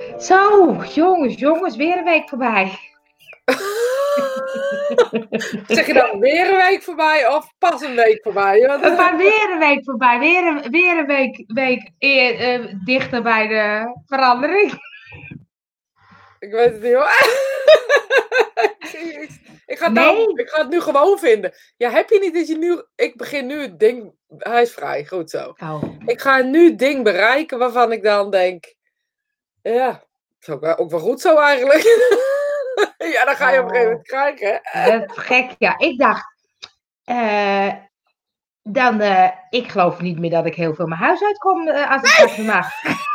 Zo, jongens, weer een week voorbij. Zeg je dan weer een week voorbij of pas een week voorbij? Maar weer een week voorbij. Weer een dichter bij de verandering. Ik weet het niet hoor. Ik ga het nu gewoon vinden. Ja, heb je niet dat je nu... Ik begin nu het ding... Hij is vrij, goed zo. Oh. Ik ga nu het ding bereiken waarvan ik dan denk... Ja, dat is ook wel goed zo eigenlijk. Ja, dan ga je op een gegeven moment krijgen. Dat is gek, ja. Ik dacht... ik geloof niet meer dat ik heel veel mijn huis uitkom als ik straks mag.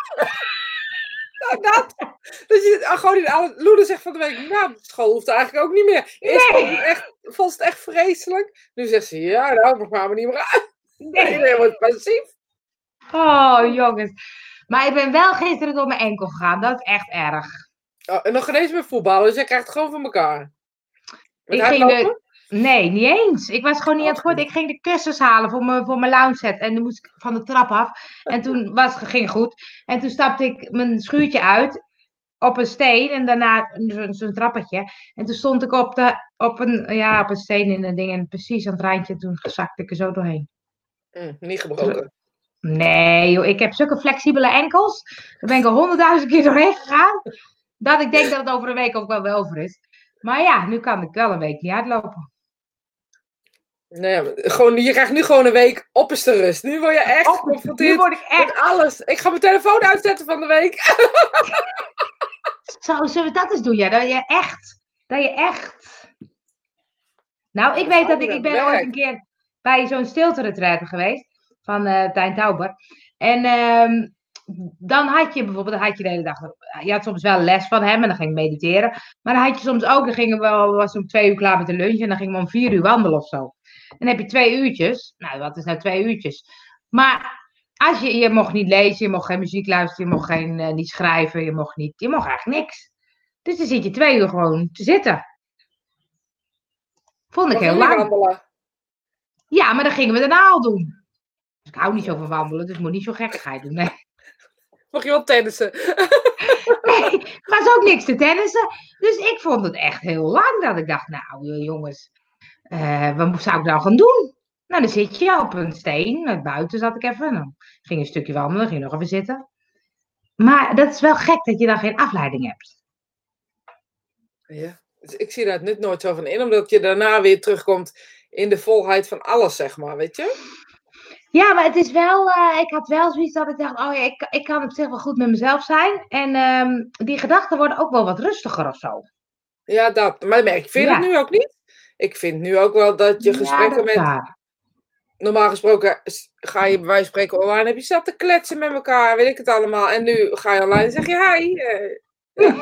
Nou, dat je gewoon in alle... Loede zegt van de week, nou, school hoeft eigenlijk ook niet meer. Eerst vond het echt vreselijk. Nu zegt ze, ja, nou, we gaan me niet meer uit. Iedereen wordt passief. Oh, jongens. Maar ik ben wel gisteren door mijn enkel gegaan. Dat is echt erg. Oh, en nog geen eens met voetballen, dus jij krijgt het gewoon van elkaar. Nee, niet eens. Ik was gewoon niet aan het worden. Ik ging de kussens halen voor mijn lounge set. En dan moest ik van de trap af. En toen ging het goed. En toen stapte ik mijn schuurtje uit op een steen. En daarna zo'n trappetje. En toen stond ik op een steen in een ding. En precies aan het randje. Toen zakte ik er zo doorheen. Niet gebroken. Nee, joh, ik heb zulke flexibele enkels. Daar ben ik al 100.000 keer doorheen gegaan. Dat ik denk dat het over een week ook wel weer over is. Maar ja, nu kan ik wel een week niet uitlopen. Nee, je krijgt nu gewoon een week opperste rust. Nu word je echt geconfronteerd met alles. Ik ga mijn telefoon uitzetten van de week. Zo, zullen we dat eens doen? Ja, dat je echt... Nou, ik weet dat ik ben ooit een keer bij zo'n stilte-retraite geweest. Van Tijn Tauber. En dan had je bijvoorbeeld, de hele dag... Je had soms wel les van hem en dan ging ik mediteren. Maar dan had je soms ook, was om 2 uur klaar met de lunch. En dan gingen we om 4 uur wandelen of zo. Dan heb je 2 uurtjes. Nou, wat is nou 2 uurtjes? Maar als je mocht niet lezen, je mocht geen muziek luisteren, je mocht niet schrijven, je mocht eigenlijk niks. Dus dan zit je 2 uur gewoon te zitten. Vond ik heel lang. Wandelen? Ja, maar dan gingen we daarna al doen. Dus ik hou niet zo van wandelen, dus ik moet niet zo gekkigheid doen. Nee. Mocht je wel tennissen? Nee, er was ook niks te tennissen. Dus ik vond het echt heel lang dat ik dacht, nou jongens, wat zou ik nou gaan doen? Nou, dan zit je op een steen. Buiten zat ik even. Dan ging een stukje wandelen, ging nog even zitten. Maar dat is wel gek dat je dan geen afleiding hebt. Ja, dus ik zie daar het nooit zo van in. Omdat je daarna weer terugkomt in de volheid van alles, zeg maar, weet je? Ja, maar het is wel... ik had wel zoiets dat ik dacht, oh ja, ik kan op zich wel goed met mezelf zijn. En die gedachten worden ook wel wat rustiger of zo. Ja, dat. Maar ik vind het nu ook niet. Ik vind nu ook wel dat je gesprekken met... Normaal gesproken ga je bij wijze van spreken online, heb je zat te kletsen met elkaar, weet ik het allemaal. En nu ga je online en zeg je hi. Ja.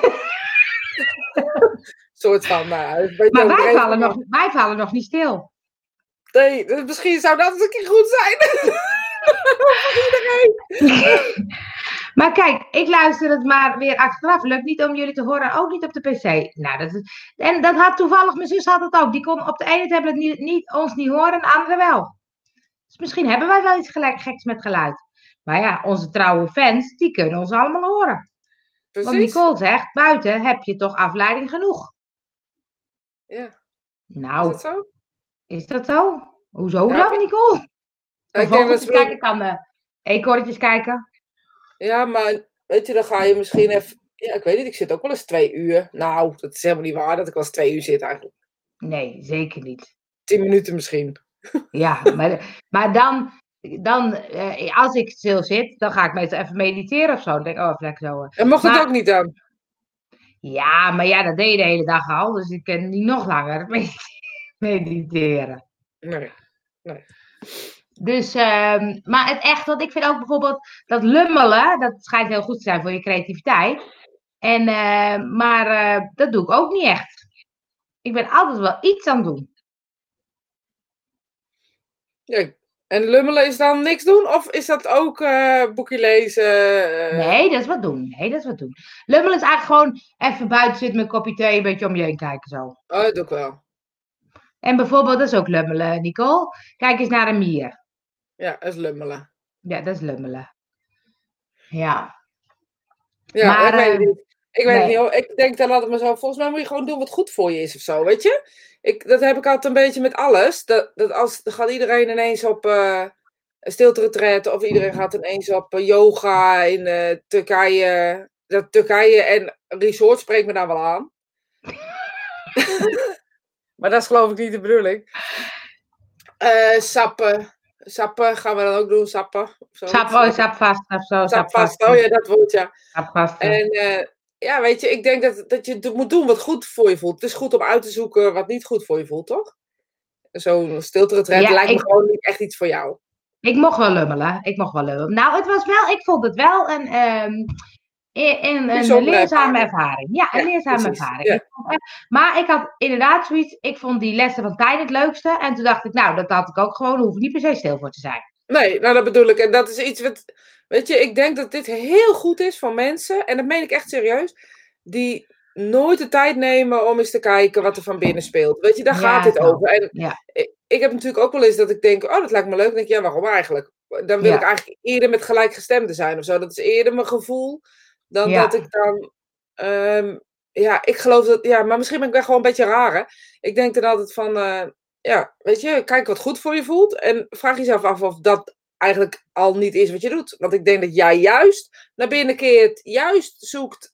Soort van, maar wij vallen nog niet stil. Nee, dus misschien zou dat eens een keer goed zijn. Voor iedereen. Maar kijk, ik luister het maar weer achteraf. Lukt niet om jullie te horen, ook niet op de pc. Nou, en dat had toevallig, mijn zus had het ook. Die kon op de ene tablet ons niet horen en de andere wel. Dus misschien hebben wij wel iets geks met geluid. Maar ja, onze trouwe fans, die kunnen ons allemaal horen. Precies. Want Nicole zegt, buiten heb je toch afleiding genoeg. Ja. Nou, is dat zo? Is dat zo? Hoezo dan, Nicole? Ik denk dat kijken kan eekhoorntjes kijken. Ja, maar weet je, dan ga je misschien even... Ja, ik weet niet, ik zit ook wel eens 2 uur. Nou, dat is helemaal niet waar dat ik wel eens 2 uur zit eigenlijk. Nee, zeker niet. 10 minuten misschien. Ja, maar dan als ik stil zit, dan ga ik meestal even mediteren of zo. Dan denk ik, oh, lekker zo. En mocht het ook niet dan? Ja, maar ja, dat deed je de hele dag al. Dus ik kan niet nog langer mediteren. Nee. Dus, maar het echt, want ik vind ook bijvoorbeeld dat lummelen, dat schijnt heel goed te zijn voor je creativiteit. Maar dat doe ik ook niet echt. Ik ben altijd wel iets aan het doen. Ja, en lummelen is dan niks doen? Of is dat ook boekje lezen? Nee, dat is wat doen. Lummelen is eigenlijk gewoon even buiten zitten met een kopje thee, een beetje om je heen kijken zo. Oh, dat doe ik wel. En bijvoorbeeld, dat is ook lummelen, Nicole. Kijk eens naar een mier. Ja, dat is lummelen. Ja, dat is lummelen. Ja. Ja, Maar, ik weet het niet. Ik weet het niet nee. hoor. Ik denk dan altijd maar zo, volgens mij moet je gewoon doen wat goed voor je is of zo, weet je? Dat heb ik altijd een beetje met alles. Dan gaat iedereen ineens op een stilte-retreat of iedereen gaat ineens op yoga in Turkije. Dat Turkije en resort spreekt me daar wel aan. Maar dat is geloof ik niet de bedoeling. Sappen. Sappen gaan we dan ook doen, sappen. Sapvast of zo. Sapvast, oh ja, dat woord ja. Sapvast. En ja, weet je, ik denk dat je moet doen wat goed voor je voelt. Het is goed om uit te zoeken wat niet goed voor je voelt, toch? Zo'n stilte-retreat lijkt me gewoon niet echt iets voor jou. Ik mocht wel lummelen. Nou, ik vond het wel een leerzame ervaring. Ja, een leerzame ervaring. Ja. Maar ik had inderdaad zoiets, ik vond die lessen van Tijn het leukste. En toen dacht ik, nou, dat had ik ook gewoon, hoef ik niet per se stil voor te zijn. Nee, nou dat bedoel ik. En dat is iets wat, weet je, ik denk dat dit heel goed is voor mensen, en dat meen ik echt serieus, die nooit de tijd nemen om eens te kijken wat er van binnen speelt. Weet je, daar gaat dit over. En ik heb natuurlijk ook wel eens dat ik denk, oh, dat lijkt me leuk. Dan denk ik, ja, waarom eigenlijk? Dan wil ik eigenlijk eerder met gelijkgestemden zijn of zo. Dat is eerder mijn gevoel dan dat ik dan... ik geloof dat... Ja, maar misschien ben ik wel gewoon een beetje raar, hè? Ik denk dan altijd van... weet je, kijk wat goed voor je voelt. En vraag jezelf af of dat eigenlijk al niet is wat je doet. Want ik denk dat jij juist naar binnen keert, juist zoekt...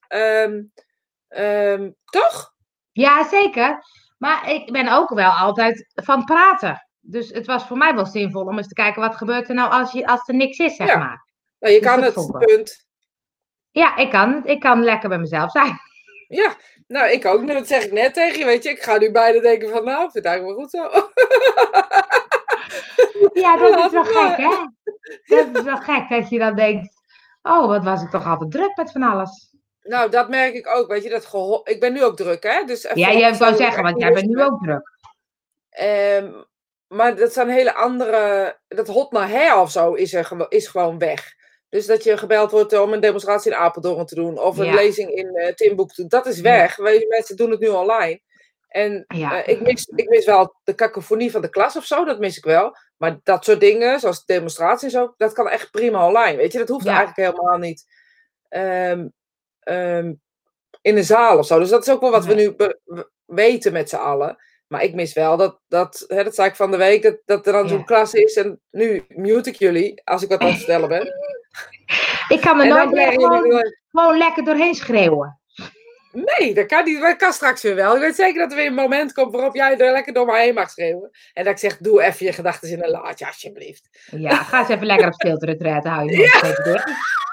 toch? Ja, zeker. Maar ik ben ook wel altijd van praten. Dus het was voor mij wel zinvol om eens te kijken wat gebeurt er nou als er niks is, zeg maar. Nou, je kan het, punt. Ja, ik kan het. Ik kan lekker bij mezelf zijn. Ja, nou, ik ook. Dat zeg ik net tegen je, weet je. Ik ga nu bijna denken van, nou, vind ik eigenlijk wel goed zo. Ja, dat is wel gek, hè? Dat is wel gek dat je dan denkt, oh, wat was ik toch altijd druk met van alles. Nou, dat merk ik ook, weet je. Ik ben nu ook druk, hè. Dus ja, jij wou zeggen, want jij bent nu ook druk. Maar dat zijn hele andere... Dat hot naar her of zo is gewoon weg. Dus dat je gebeld wordt om een demonstratie in Apeldoorn te doen. Of een lezing in Timbuktu. Dat is weg. Ja. Mensen doen het nu online. En ik mis wel de cacophonie van de klas of zo. Dat mis ik wel. Maar dat soort dingen, zoals demonstratie en zo. Dat kan echt prima online. Weet je, dat hoeft eigenlijk helemaal niet in de zaal of zo. Dus dat is ook wel wat we nu weten met z'n allen. Maar ik mis wel dat zei ik van de week, dat er dan zo'n klas is. En nu mute ik jullie, als ik wat aan het vertellen ben. Ik kan er nooit meer gewoon lekker doorheen schreeuwen. Nee, dat kan niet. Dat kan straks weer wel. Ik weet zeker dat er weer een moment komt waarop jij er lekker door me heen mag schreeuwen. En dat ik zeg, doe even je gedachten in een laadje, alsjeblieft. Ja, ga eens even lekker op stilte-retreat, hou je dicht.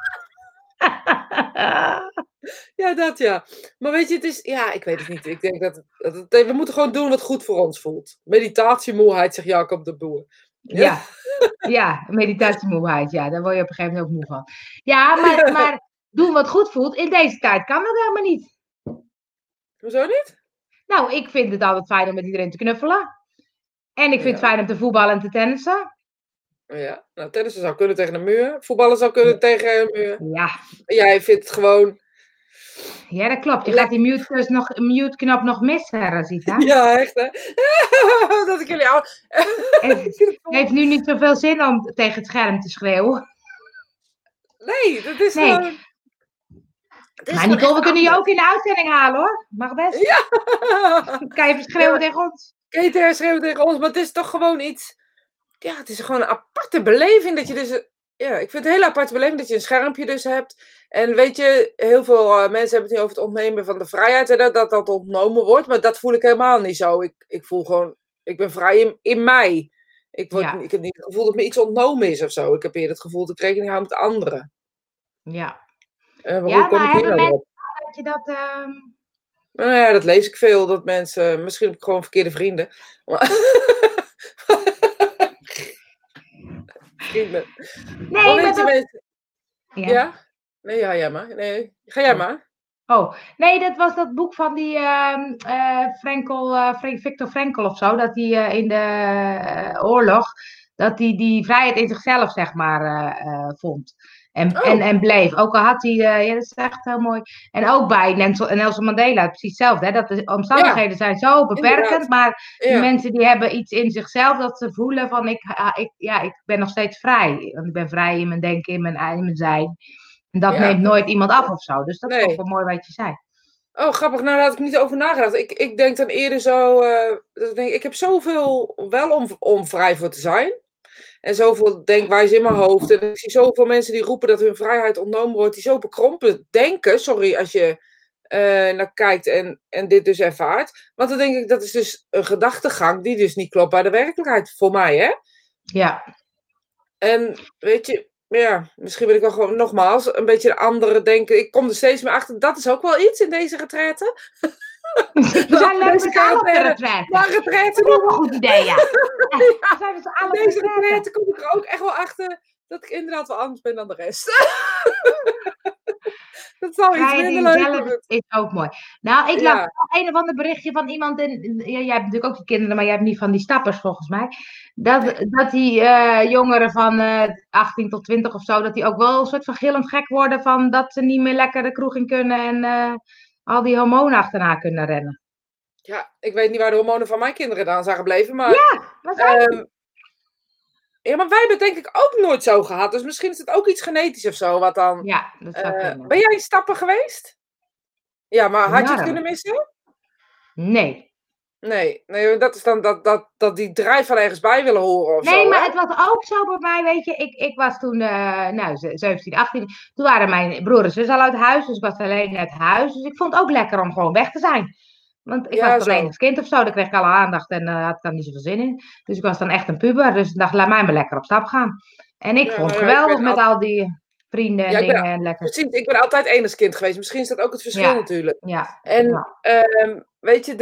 Ja, dat ja. Maar weet je, het is... Ja, ik weet het niet. Ik denk dat we moeten gewoon doen wat goed voor ons voelt. Meditatiemoeheid, zegt Jacob de Boer. Ja, meditatiemoeheid. Ja, daar word je op een gegeven moment ook moe van. Ja, maar doen wat goed voelt. In deze tijd kan dat helemaal niet. Hoezo niet? Nou, ik vind het altijd fijn om met iedereen te knuffelen. En ik vind het fijn om te voetballen en te tennissen. Ja, nou, tennissen zou kunnen tegen een muur. Voetballen zou kunnen tegen een muur. Ja. Jij vindt het gewoon... Ja, dat klopt. Je gaat die mute-knop nog missen, Rosita. Ja, echt hè. Dat ik jullie al... Het heeft nu niet zoveel zin om tegen het scherm te schreeuwen. Nee, dat is gewoon... Maar Nicole, we kunnen je ook in de uitzending halen hoor. Mag best. Ja. Kan je even schreeuwen tegen ons? Kan je schreeuwen tegen ons? Maar het is toch gewoon iets... Ja, het is gewoon een aparte beleving dat je dus... Ja, ik vind het een hele aparte beleving dat je een schermpje dus hebt. En weet je, heel veel mensen hebben het nu over het ontnemen van de vrijheid. En dat ontnomen wordt. Maar dat voel ik helemaal niet zo. Ik voel gewoon... Ik ben vrij in mij. Ik heb niet het gevoel dat me iets ontnomen is of zo. Ik heb eerder het gevoel dat ik rekening hou met anderen. Ja. Maar hebben mensen dat je dat... Nou ja, dat lees ik veel. Dat mensen... Misschien heb ik gewoon verkeerde vrienden. Vrienden. Nee, maar dat... mensen... Ja? Nee, ja, jij maar. Nee, ga jij maar. Oh, nee, dat was dat boek van die Viktor Frankl of zo. Dat hij in de oorlog, dat hij die vrijheid in zichzelf, zeg maar, vond. En bleef. Ook al had hij, ja, dat is echt heel mooi. En ook bij Nelson Mandela, precies hetzelfde. Hè? Dat de omstandigheden zijn zo beperkend, inderdaad. Maar die mensen die hebben iets in zichzelf dat ze voelen van, ik ben nog steeds vrij. Want ik ben vrij in mijn denken, in mijn zijn. Dat neemt nooit iemand af of zo. Dus dat is ook wel mooi wat je zei. Oh, grappig. Nou, daar had ik niet over nagedacht. Ik denk dan eerder zo... ik heb zoveel wel om vrij voor te zijn. En zoveel denkwijze in mijn hoofd. En ik zie zoveel mensen die roepen dat hun vrijheid ontnomen wordt. Die zo bekrompen denken. Sorry, als je naar kijkt en dit dus ervaart. Want dan denk ik, dat is dus een gedachtegang die dus niet klopt bij de werkelijkheid. Voor mij, hè? Ja. En weet je... Ja, misschien wil ik wel gewoon nogmaals een beetje de andere denken. Ik kom er steeds meer achter. Dat is ook wel iets in deze retraite. We zijn leuk met z'n allen op de retraite. Maar retraite dat is ook een goed idee, ja. We zijn met z'n allen op deze retraite kom ik er ook echt wel achter dat ik inderdaad wel anders ben dan de rest. Dat zal iets minder leuk is ook mooi. Nou, ik las nog een of ander berichtje van iemand. Jij hebt natuurlijk ook die kinderen, maar jij hebt niet van die stappers volgens mij. Dat die jongeren van 18 tot 20 of zo, dat die ook wel een soort van gillend gek worden van dat ze niet meer lekker de kroeg in kunnen en al die hormonen achterna kunnen rennen. Ja, ik weet niet waar de hormonen van mijn kinderen dan zijn gebleven, maar... Ja, wat zijn ja, maar wij hebben het denk ik ook nooit zo gehad. Dus misschien is het ook iets genetisch of zo. Wat dan, ja, dat zou kunnen. Ben jij in stappen geweest? Ja, maar had je het kunnen missen? Nee. Nee, dat is dan dat die drijf van ergens bij willen horen of nee, zo, maar hè? het was ook zo bij mij, weet je. Ik was toen 17, 18. Toen waren mijn broer en zus al uit huis. Dus ik was alleen uit huis. Dus ik vond het ook lekker om gewoon weg te zijn. Want ik was dan enigszins kind of zo. Dan kreeg ik alle aandacht en had ik dan niet zoveel zin in. Dus ik was dan echt een puber. Dus ik dacht, laat mij maar lekker op stap gaan. En ik vond het geweldig met al die vrienden en dingen. En lekker. Precies, ik ben altijd enigskind geweest. Misschien is dat ook het verschil natuurlijk. Ja. En weet je,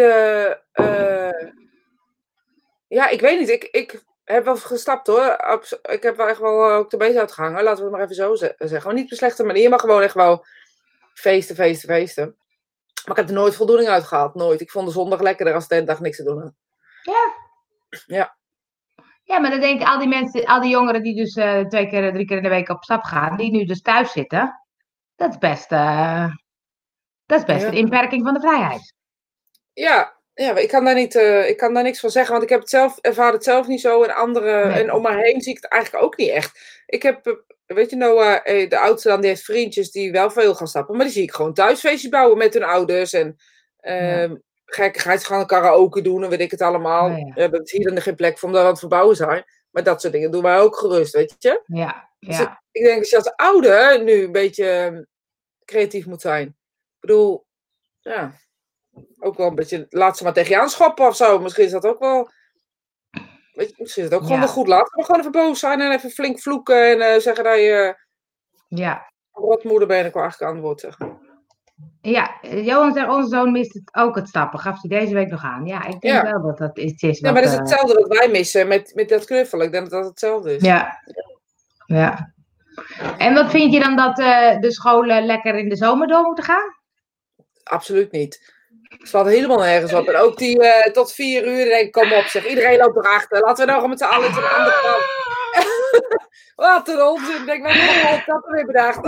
ja, ik weet niet. Ik heb wel gestapt hoor. Ik heb wel echt wel ook de beest uitgehangen. Laten we het maar even zo zeggen. Maar niet op een slechte manier, maar gewoon echt wel feesten. Maar ik heb er nooit voldoening uit gehaald. Nooit. Ik vond de zondag lekkerder als de dag niks te doen. Ja. Ja, maar dan denk ik, al die mensen, al die jongeren die dus 2 keer, 3 keer in de week op stap gaan, die nu dus thuis zitten, dat is best een inperking van de vrijheid. Ja, maar ik kan daar niks van zeggen, want ik ervaar het zelf niet zo en anderen, en om me heen zie ik het eigenlijk ook niet echt. Ik heb, weet je, Noah, de oudste dan, die heeft vriendjes die wel veel gaan stappen, maar die zie ik gewoon thuisfeestjes bouwen met hun ouders en gekkigheid gaan karaoke doen en weet ik het allemaal. Dat is hier dan geen plek voor, omdat we aan het verbouwen zijn. Maar dat soort dingen doen wij ook gerust, weet je? Ja. Dus ik denk dat je als ouder nu een beetje creatief moet zijn. Ik bedoel, ja, ook wel een beetje, laat ze maar tegen je aanschoppen of zo. Misschien is dat ook wel, weet je, misschien is het ook gewoon wel goed. Laten we gewoon even boos zijn en even flink vloeken en zeggen dat je rotmoeder bent, ik wil eigenlijk aan het woord zeggen. Ja, Johan zegt, onze zoon mist ook het stappen. Gaf hij deze week nog aan. Ja, ik denk wel dat dat iets is. Ja, maar dat is hetzelfde wat wij missen met dat knuffelen. Ik denk dat dat hetzelfde is. Ja. En wat vind je dan dat de scholen lekker in de zomer door moeten gaan? Absoluut niet. Het slaat helemaal nergens op. En ook die tot 4 uur, denk ik, kom op zeg. Iedereen loopt erachter. Laten we nou met z'n allen aan de andere kant. Wat een onzin. Ik denk, nou, ik heb dat weer bedacht.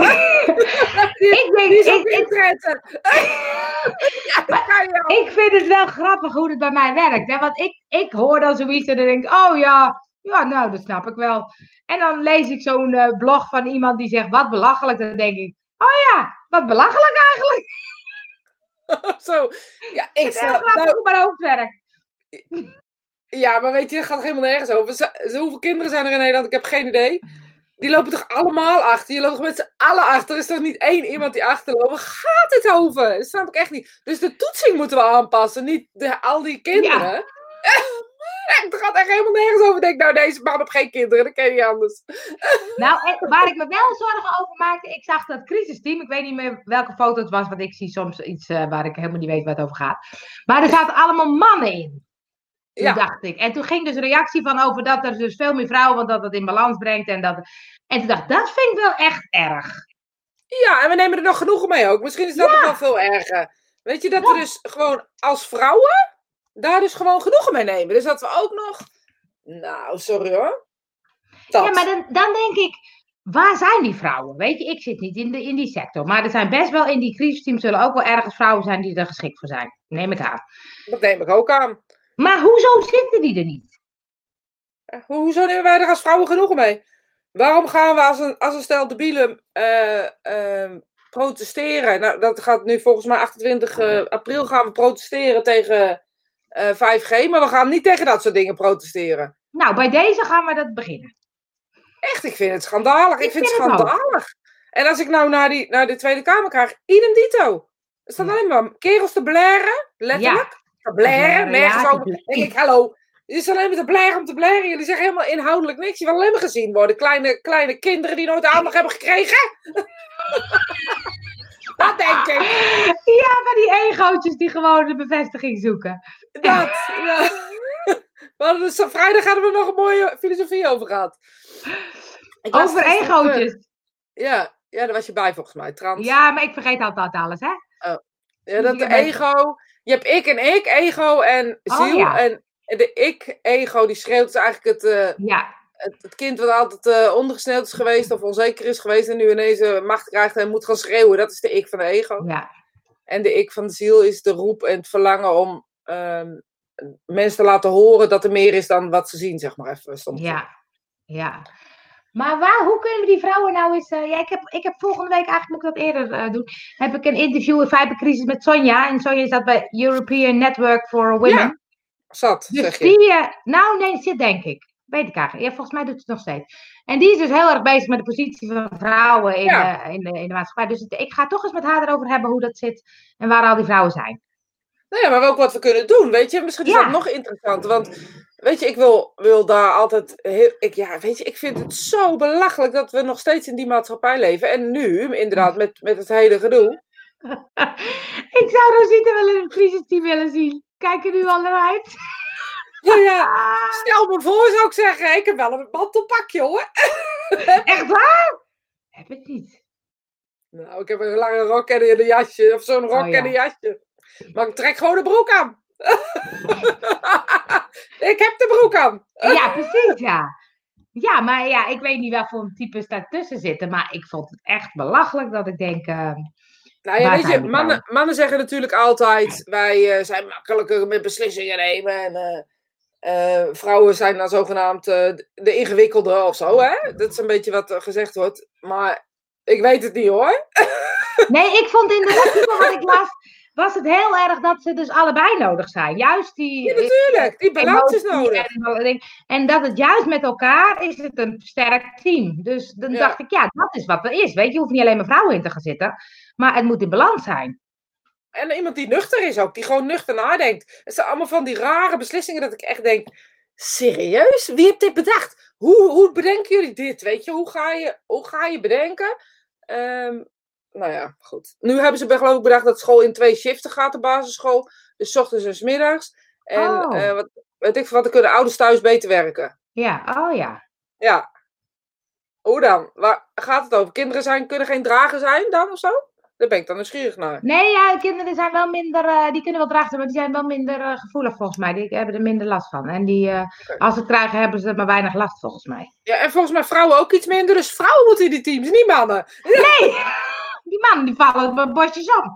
Ik vind het wel grappig hoe het bij mij werkt. Hè? Want ik hoor dan zoiets en dan denk ik, oh ja, nou, dat snap ik wel. En dan lees ik zo'n blog van iemand die zegt, wat belachelijk. Dan denk ik, oh ja, wat belachelijk eigenlijk. Zo, ja, ik snap hoe mijn hoofd werkt. Ja, maar weet je, dat gaat helemaal nergens over. Hoeveel kinderen zijn er in Nederland? Ik heb geen idee. Die lopen toch allemaal achter? Je loopt toch met z'n allen achter? Er is toch niet één iemand die achterloopt? Waar gaat het over? Dat snap ik echt niet. Dus de toetsing moeten we aanpassen, niet al die kinderen. Ja. Het gaat echt helemaal nergens over. Ik denk, nou, deze man heeft geen kinderen, dat ken je niet anders. Nou, waar ik me wel zorgen over maakte, ik zag dat crisisteam, ik weet niet meer welke foto het was, want ik zie soms iets waar ik helemaal niet weet waar het over gaat. Maar er zaten allemaal mannen in. Toen dacht ik. En toen ging dus een reactie van over dat er dus veel meer vrouwen, want dat het in balans brengt. En toen dacht ik, dat vind ik wel echt erg. Ja, en we nemen er nog genoegen mee ook. Misschien is dat nog wel veel erger. Weet je, dat we dus gewoon als vrouwen daar dus gewoon genoegen mee nemen. Dus dat we ook nog... Nou, sorry hoor. Ja, maar dan denk ik, waar zijn die vrouwen? Weet je, ik zit niet in die sector. Maar er zijn best wel in die crisisteams zullen ook wel ergens vrouwen zijn die er geschikt voor zijn. Neem ik aan. Dat neem ik ook aan. Maar hoezo zitten die er niet? Hoezo nemen wij er als vrouwen genoegen mee? waarom gaan we als een stel debielen protesteren? Nou, dat gaat nu volgens mij 28 april gaan we protesteren tegen 5G, maar we gaan niet tegen dat soort dingen protesteren. Nou, bij deze gaan we dat beginnen. Echt, ik vind het schandalig. Ik vind het schandalig. En als ik nou naar de Tweede Kamer krijg, idem dito. Er staan alleen maar kerels te blaren, letterlijk. Te blaren, nergens over. Dan denk ik, hallo, jullie zijn alleen maar te blaren om te blaren. Jullie zeggen helemaal inhoudelijk niks. Je wil alleen maar gezien worden. Kleine kinderen die nooit aandacht hebben gekregen. Dat denk ik. Ja, maar die egootjes die gewoon de bevestiging zoeken. Dat, ja. Dus vrijdag hadden we nog een mooie filosofie over gehad. Over egootjes? Ja, daar was je bij volgens mij. Trans. Ja, maar ik vergeet altijd alles, hè? Oh. Ja, dat ego. Je hebt ik en ik, ego en ziel. Ja. En de ik-ego die schreeuwt is eigenlijk het kind wat altijd ondergesneeuwd is geweest of onzeker is geweest en nu ineens macht krijgt en moet gaan schreeuwen. Dat is de ik van de ego. Ja. En de ik van de ziel is de roep en het verlangen om mensen te laten horen dat er meer is dan wat ze zien, zeg maar even. Ja. Maar hoe kunnen we die vrouwen nou eens... ik heb volgende week, eigenlijk moet ik dat eerder doen, heb ik een interview in Vibercrisis met Sonja. En Sonja zat bij European Network for Women. Ja, zat, dus zeg je. Die, zit denk ik. Weet ik eigenlijk. Ja, volgens mij doet het nog steeds. En die is dus heel erg bezig met de positie van vrouwen in de maatschappij. Dus ik ga toch eens met haar erover hebben hoe dat zit en waar al die vrouwen zijn. Nou ja, maar ook wat we kunnen doen, weet je. Misschien is dat nog interessanter, want weet je, ik wil daar altijd ik vind het zo belachelijk dat we nog steeds in die maatschappij leven. En nu, inderdaad, met het hele gedoe. Ik zou Rosita wel in een crisisteam willen zien. Kijk er nu al naar uit. Ja, stel me voor, zou ik zeggen. Ik heb wel een mantelpakje, hoor. Echt waar? Heb ik niet. Nou, ik heb een lange rok en een jasje. Of zo'n rok en een jasje. Maar ik trek gewoon de broek aan. Ik heb de broek aan. Ja, precies, ja. Ja, maar ja, ik weet niet wat voor types daartussen zitten. Maar ik vond het echt belachelijk dat ik denk... nou ja, weet je, mannen zeggen natuurlijk altijd... Wij zijn makkelijker met beslissingen nemen. En vrouwen zijn dan zogenaamd de ingewikkelde of zo, hè? Dat is een beetje wat gezegd wordt. Maar ik weet het niet, hoor. Nee, ik vond in de artikel wat ik las... was het heel erg dat ze dus allebei nodig zijn. Juist die... Ja, natuurlijk. Die balans is nodig. En dat het juist met elkaar is het een sterk team. Dus dan dacht ik, dat is wat er is. Weet je, je hoeft niet alleen maar vrouwen in te gaan zitten. Maar het moet in balans zijn. En iemand die nuchter is ook. Die gewoon nuchter nadenkt. Het zijn allemaal van die rare beslissingen dat ik echt denk... Serieus? Wie heeft dit bedacht? Hoe bedenken jullie dit? Weet je, hoe ga je bedenken? Nou ja, goed. Nu hebben ze geloof ik bedacht dat school in 2 shiften gaat, de basisschool. Dus 's ochtends en 's middags. En wat dan kunnen ouders thuis beter werken. Ja, Ja. Hoe dan? Waar gaat het over? Kinderen kunnen geen drager zijn dan of zo? Daar ben ik dan nieuwsgierig naar. Nee, ja, kinderen zijn wel minder, die kunnen wel dragen, maar die zijn wel minder gevoelig volgens mij. Die hebben er minder last van. En als ze het krijgen, hebben ze er maar weinig last volgens mij. Ja, en volgens mij vrouwen ook iets minder. Dus vrouwen moeten in die teams, niet mannen. Nee! Die mannen die vallen met bosjes op.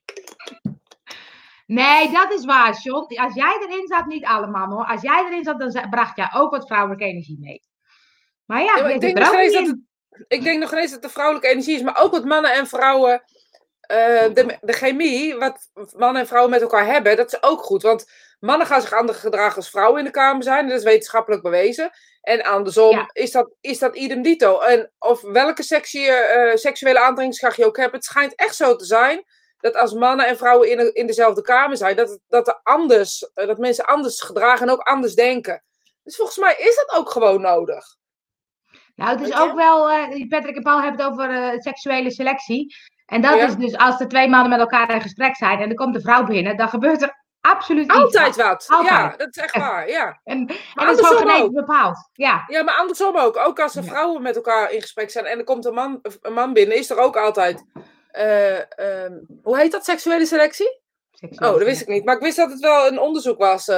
Nee, dat is waar, John. Als jij erin zat, niet alle mannen hoor. Als jij erin zat, dan bracht jij ook wat vrouwelijke energie mee. Maar ja, ik denk nog steeds dat het de vrouwelijke energie is. Maar ook wat mannen en vrouwen... de chemie, wat mannen en vrouwen met elkaar hebben, dat is ook goed. Want mannen gaan zich anders gedragen als vrouwen in de kamer zijn. Dat is wetenschappelijk bewezen. En andersom is dat idem dito. En of welke seksuele aantrekkingskracht je ook hebt, het schijnt echt zo te zijn dat als mannen en vrouwen in dezelfde kamer zijn, dat mensen anders gedragen en ook anders denken. Dus volgens mij is dat ook gewoon nodig. Nou, het is ook wel, Patrick en Paul hebben het over seksuele selectie. En dat is dus als de 2 mannen met elkaar in gesprek zijn en er komt een vrouw binnen, dan gebeurt er absoluut altijd iets. Wat. Altijd. Ja, dat is echt waar. Ja. En dat is gewoon genetisch bepaald. Ja, maar andersom ook. Ook als er vrouwen met elkaar in gesprek zijn en er komt een man binnen, is er ook altijd... hoe heet dat? Seksuele selectie? Dat wist ik niet. Maar ik wist dat het wel een onderzoek was.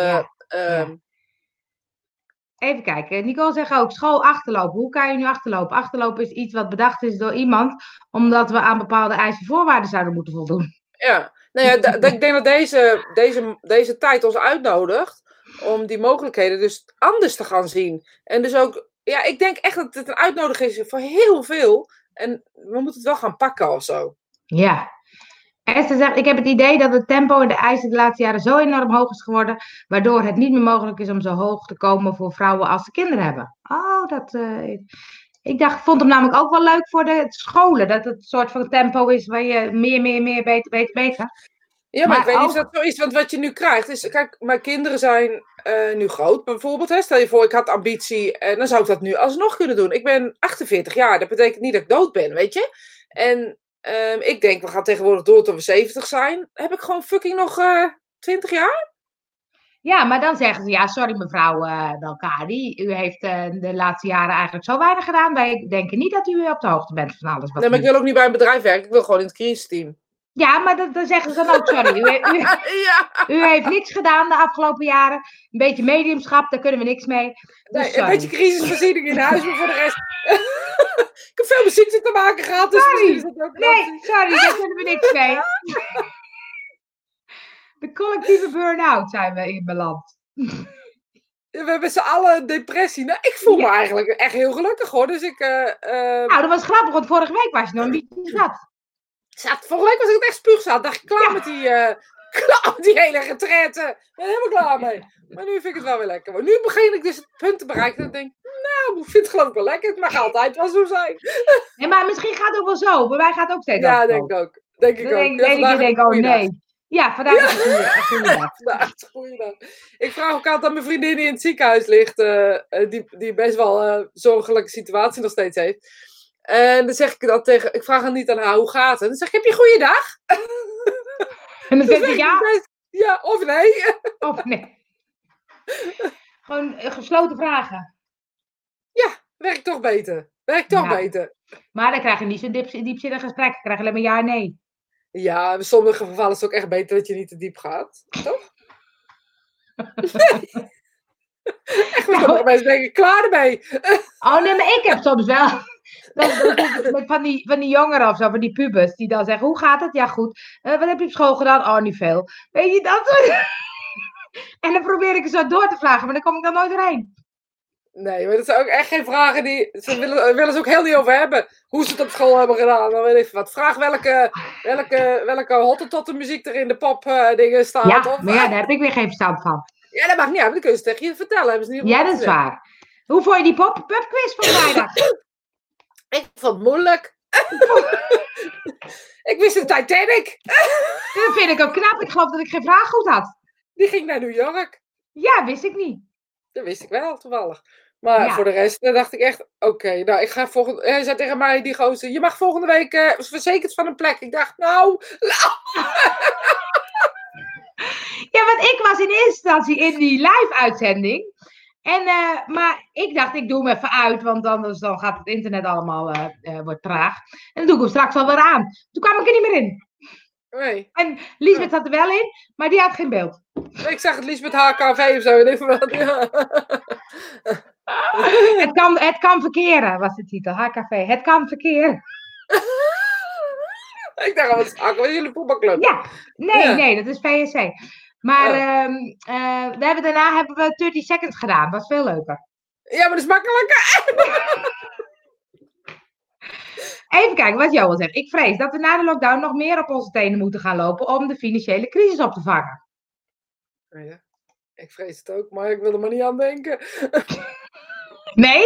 Even kijken. Nicole zegt ook, school achterlopen. Hoe kan je nu achterlopen? Achterlopen is iets wat bedacht is door iemand, omdat we aan bepaalde eisen en voorwaarden zouden moeten voldoen. Ja, nou ja, ik denk dat deze tijd ons uitnodigt om die mogelijkheden dus anders te gaan zien. En dus ook ja, ik denk echt dat het een uitnodiging is voor heel veel. En we moeten het wel gaan pakken of zo. Ja. Esther zegt, ik heb het idee dat het tempo en de eisen de laatste jaren zo enorm hoog is geworden, waardoor het niet meer mogelijk is om zo hoog te komen voor vrouwen als ze kinderen hebben. Oh, vond hem namelijk ook wel leuk voor de scholen, dat het een soort van tempo is waar je meer, beter. Ja, maar ik weet niet of dat zo is, want wat je nu krijgt is, kijk, mijn kinderen zijn nu groot bijvoorbeeld. Hè. Stel je voor, ik had ambitie en dan zou ik dat nu alsnog kunnen doen. Ik ben 48 jaar, dat betekent niet dat ik dood ben, weet je. En ik denk, we gaan tegenwoordig door tot we 70 zijn. Heb ik gewoon fucking nog 20 jaar? Ja, maar dan zeggen ze, ja, sorry mevrouw Belkadi, u heeft de laatste jaren eigenlijk zo weinig gedaan. Wij denken niet dat u op de hoogte bent van alles. Nee, maar ik wil ook niet bij een bedrijf werken, ik wil gewoon in het crisisteam. Ja, maar dan zeggen ze dan ook, sorry, u heeft niks gedaan de afgelopen jaren. Een beetje mediumschap, daar kunnen we niks mee. Dus nee, een beetje crisisvoorziening in huis, maar voor de rest... ik heb veel met ziekte te maken gehad, dus sorry. Is dat ook sorry, daar kunnen we niks mee. De collectieve burn-out zijn we in beland. We hebben z'n allen depressie. Nou, ik voel me eigenlijk echt heel gelukkig hoor. Dus ik... Nou, dat was grappig, want vorige week was je nog een beetje zat. Vorige week was ik het echt spuugzat. Dacht ik klaar met die hele retraite. Ik ben helemaal klaar mee. Maar nu vind ik het wel weer lekker. Maar nu begin ik dus het punt te bereiken dat ik denk, nou, ik vind het geloof ik wel lekker. Het mag altijd wel zo zijn. Nee, maar misschien gaat het ook wel zo. Bij mij gaat het ook steeds ja, denk ik ook. Denk ik ook. Denk oh nee. Ja, vandaag is het een goede dag. Vandaag is een goede dag. Ik vraag ook altijd aan mijn vriendin die in het ziekenhuis ligt. Die best wel een zorgelijke situatie nog steeds heeft. En dan zeg ik dat tegen... Ik vraag dan niet aan haar, hoe gaat het? Dan zeg ik, heb je een goede dag? En dan zeg je ja? Ja, of nee. Of nee. Gewoon gesloten vragen. Ja, werkt toch beter. Beter. Maar dan krijg je niet zo'n diepzinnig gesprek. Dan krijg je alleen maar ja en nee. Ja, in sommige gevallen is het ook echt beter dat je niet te diep gaat. Toch? Nee. Echt wel, mensen denken, klaar ermee. Oh nee, maar ik heb soms wel... van die jongeren of zo, van die pubers, die dan zeggen, hoe gaat het? Ja, goed. Wat heb je op school gedaan? Oh, niet veel. Weet je, dat soort... En dan probeer ik het zo door te vragen, maar dan kom ik dan nooit doorheen. Nee, maar dat zijn ook echt geen vragen die... Ze willen ze ook heel niet over hebben. Hoe ze het op school hebben gedaan. Dan weet ik wat. Vraag welke hottentotten muziek er in de pop dingen staat. Ja, maar ja, daar heb ik weer geen verstand van. Ja, dat mag niet uit. Dan kun je ze tegen je vertellen. Hebben ze niet ja, dat is waar. Hoe vond je die pubquiz van vrijdag? Ik vond het moeilijk. Ik wist de Titanic. Dat vind ik ook knap. Ik geloof dat ik geen vraag goed had. Die ging naar New York. Ja, wist ik niet. Dat wist ik wel, toevallig. Maar voor de rest dacht ik echt, oké, nou, ik ga volgende... Hij zei tegen mij, die gozer, je mag volgende week verzekerd van een plek. Ik dacht, nou... Ja, want ik was in eerste instantie in die live-uitzending. Maar ik dacht, ik doe hem even uit, want anders dan gaat het internet allemaal wordt traag. En dan doe ik hem straks wel weer aan. Toen kwam ik er niet meer in. Nee. En Liesbeth zat er wel in, maar die had geen beeld. Ik zag het Liesbeth HKV of zo. Ja. Het kan verkeren, was de titel. HKV, het kan verkeren. Ik dacht, wat is jullie voetbalclub? Ja, nee, dat is VSC. Maar daarna hebben we 30 Seconds gedaan. Dat was veel leuker. Ja, maar dat is makkelijker. Even kijken wat Johan zegt. Ik vrees dat we na de lockdown nog meer op onze tenen moeten gaan lopen om de financiële crisis op te vangen. Ja, ik vrees het ook, maar ik wil er maar niet aan denken. Nee?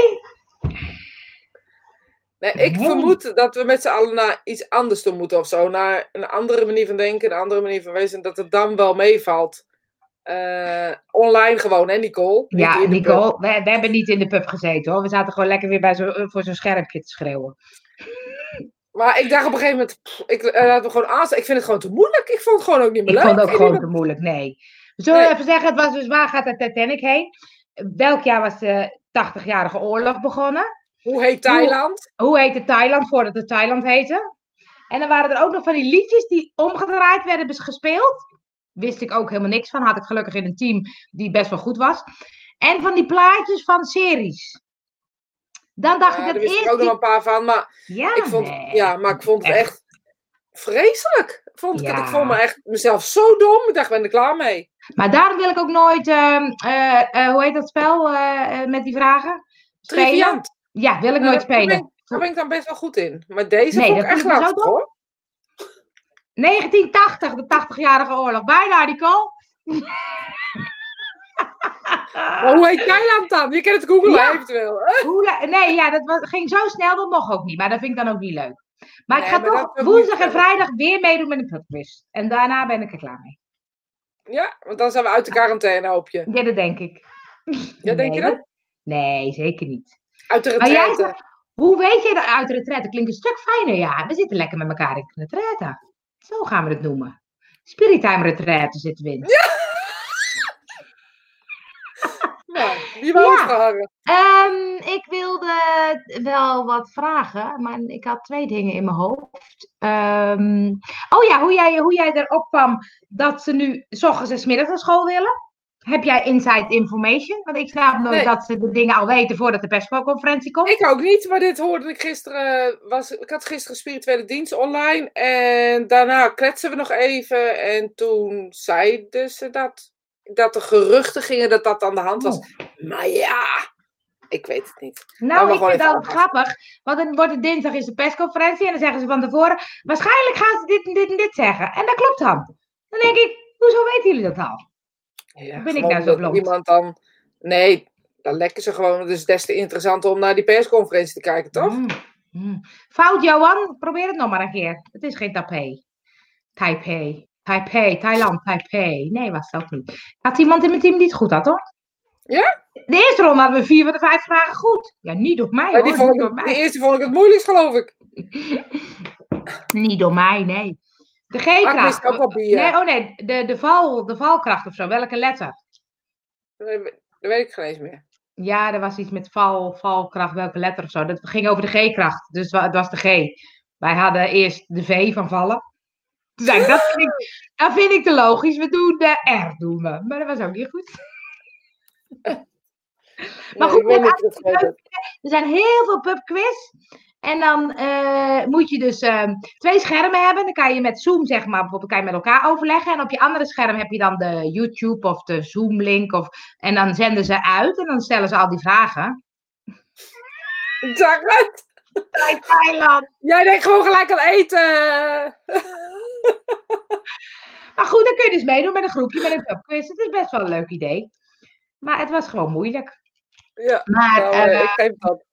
Nee, ik vermoed dat we met z'n allen naar iets anders toe moeten of zo. Naar een andere manier van denken, een andere manier van wezen. Dat het dan wel meevalt. Online gewoon, hè Nicole? Ja, Nicole, we hebben niet in de pub gezeten hoor. We zaten gewoon lekker weer voor zo'n schermpje te schreeuwen. Maar ik dacht op een gegeven moment, laten we gewoon aanstaan. Ik vind het gewoon te moeilijk. Ik vond het gewoon ook niet meer leuk. Ik vond het ook gewoon te moeilijk, nee. We zullen even zeggen, het was dus waar gaat de Titanic heen? Welk jaar was de 80-jarige oorlog begonnen? Hoe heet Thailand? Hoe heette Thailand voordat het Thailand heette? En dan waren er ook nog van die liedjes die omgedraaid werden gespeeld. Wist ik ook helemaal niks van. Had ik gelukkig in een team die best wel goed was. En van die plaatjes van series. Dan dacht ik dat eerst... Daar wist ik ook nog een paar van. Maar ik vond het echt vreselijk. Ik vond me echt mezelf zo dom. Ik dacht, ben er klaar mee. Maar daarom wil ik ook nooit... hoe heet dat spel met die vragen? Triviant. Ja, wil ik nooit spelen. Daar ben ik dan best wel goed in. Maar deze nee, vond ik echt lastig, hoor. 1980, de 80-jarige oorlog. Bijna, Nicole. Maar hoe heet Thailand dan? Je kan het googlen eventueel. Nee, ja, ging zo snel, dat mocht ook niet. Maar dat vind ik dan ook niet leuk. Maar ik ga toch woensdag en vrijdag weer meedoen met een pubquiz. En daarna ben ik er klaar mee. Ja, want dan zijn we uit de quarantaine, hoop je. Ja, dat denk ik. Ja, denk je dat? Nee, zeker niet. Uit de retraite. Hoe weet je dat uit de retraite? Klinkt een stuk fijner, ja. We zitten lekker met elkaar in de retraite. Zo gaan we het noemen. Spirit-time retraite zitten we in. Ja! Nou, wie wou het vragen? Ik wilde wel wat vragen, maar ik had 2 dingen in mijn hoofd. Hoe jij erop kwam dat ze nu 's ochtends en 's middags naar school willen. Heb jij inside information? Want ik snap nooit dat ze de dingen al weten voordat de persconferentie komt. Ik ook niet, maar dit hoorde ik gisteren. Ik had gisteren spirituele dienst online en daarna kletsen we nog even. En toen zeiden ze dat er geruchten gingen dat dat aan de hand was. Maar ja, ik weet het niet. Nou, ik vind dat grappig, want dan wordt het dinsdag is de persconferentie en dan zeggen ze van tevoren, waarschijnlijk gaan ze dit en dit en dit zeggen. En dat klopt dan. Dan denk ik, hoezo weten jullie dat al? Ja, ben ik nou zo blond? Iemand dan... Nee, dan lekken ze gewoon. Het is des te interessanter om naar die persconferentie te kijken, toch? Fout, Johan. Probeer het nog maar een keer. Het is geen Taipei. Thailand, Taipei. Nee, was dat niet. Had iemand in mijn team die het goed had, hoor? Ja? De eerste ronde hadden we 4 van de 5 vragen goed. Ja, niet door mij, hoor. De eerste vond ik het moeilijkst, geloof ik. Niet door mij, nee. De G-kracht. Nee, de valkracht of zo. Welke letter? Dat weet ik geen eens meer. Ja, er was iets met valkracht, welke letter of zo. Dat ging over de G-kracht. Dus het was de G. Wij hadden eerst de V van vallen. Toen zei ik, dat vind ik te logisch. We doen de R, doen we. Maar dat was ook niet goed. Maar goed, er zijn heel veel pubquiz. En dan moet je dus 2 schermen hebben. Dan kan je met Zoom, zeg maar, bijvoorbeeld kan je met elkaar overleggen. En op je andere scherm heb je dan de YouTube of de Zoom-link. En dan zenden ze uit en dan stellen ze al die vragen. Dag het! Thailand. Jij denkt gewoon gelijk aan eten. Maar goed, dan kun je dus meedoen met een groepje, met een pubquiz. Het is best wel een leuk idee. Maar het was gewoon moeilijk. Ja, maar, ik geef dat.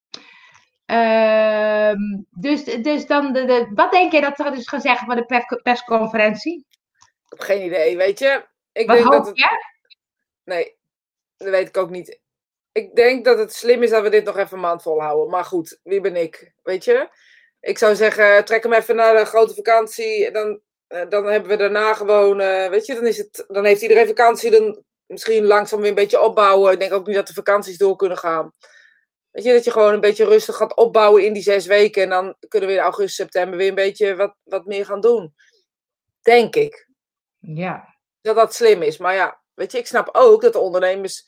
Dus dan, wat denk je dat ze dus gaan zeggen van de persconferentie? Ik heb geen idee, weet je. Wat hoop je? Nee, dat weet ik ook niet. Ik denk dat het slim is dat we dit nog even een maand volhouden. Maar goed, wie ben ik? Weet je? Ik zou zeggen, trek hem even naar de grote vakantie. Dan hebben we daarna gewoon, weet je, dan heeft iedereen vakantie. Dan misschien langzaam weer een beetje opbouwen. Ik denk ook niet dat de vakanties door kunnen gaan. Weet je, dat je gewoon een beetje rustig gaat opbouwen in die 6 weken. En dan kunnen we in augustus, september weer een beetje wat meer gaan doen. Denk ik. Ja. Dat slim is. Maar ja, weet je, ik snap ook dat de ondernemers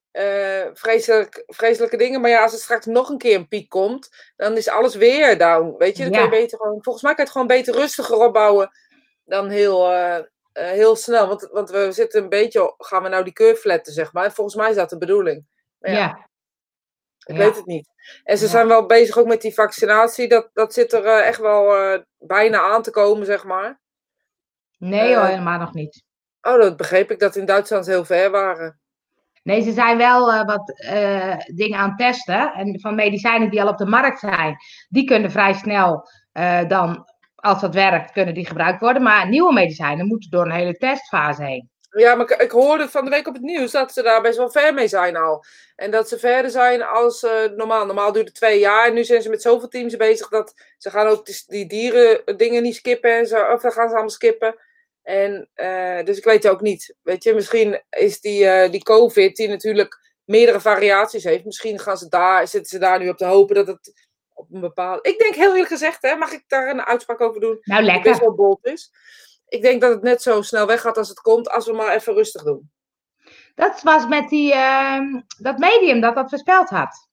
vreselijke dingen. Maar ja, als er straks nog een keer een piek komt, dan is alles weer down. Weet je, dan kun je beter gewoon, volgens mij kan je het gewoon beter rustiger opbouwen dan heel snel. Want we zitten een beetje, gaan we nou die curve flatten, zeg maar. Volgens mij is dat de bedoeling. Maar ja. Ik weet het niet. En ze zijn wel bezig ook met die vaccinatie. Dat zit er echt wel bijna aan te komen, zeg maar. Nee hoor, helemaal nog niet. Oh, dat begreep ik, dat in Duitsland heel ver waren. Nee, ze zijn wel wat dingen aan het testen. En van medicijnen die al op de markt zijn, die kunnen vrij snel dan, als dat werkt, kunnen die gebruikt worden. Maar nieuwe medicijnen moeten door een hele testfase heen. Ja, maar ik hoorde van de week op het nieuws dat ze daar best wel ver mee zijn al. En dat ze verder zijn als normaal. Normaal duurt het 2 jaar. En nu zijn ze met zoveel teams bezig dat ze gaan ook die dieren dingen niet skippen. En zo, of dan gaan ze allemaal skippen. En dus ik weet ook niet. Weet je, misschien is die COVID die natuurlijk meerdere variaties heeft. Misschien zitten ze daar nu op te hopen dat het op een bepaald... Ik denk heel eerlijk gezegd, hè, mag ik daar een uitspraak over doen? Nou, lekker. Die best wel bold is. Ik denk dat het net zo snel weggaat als het komt, als we maar even rustig doen. Dat was met dat medium dat voorspeld had.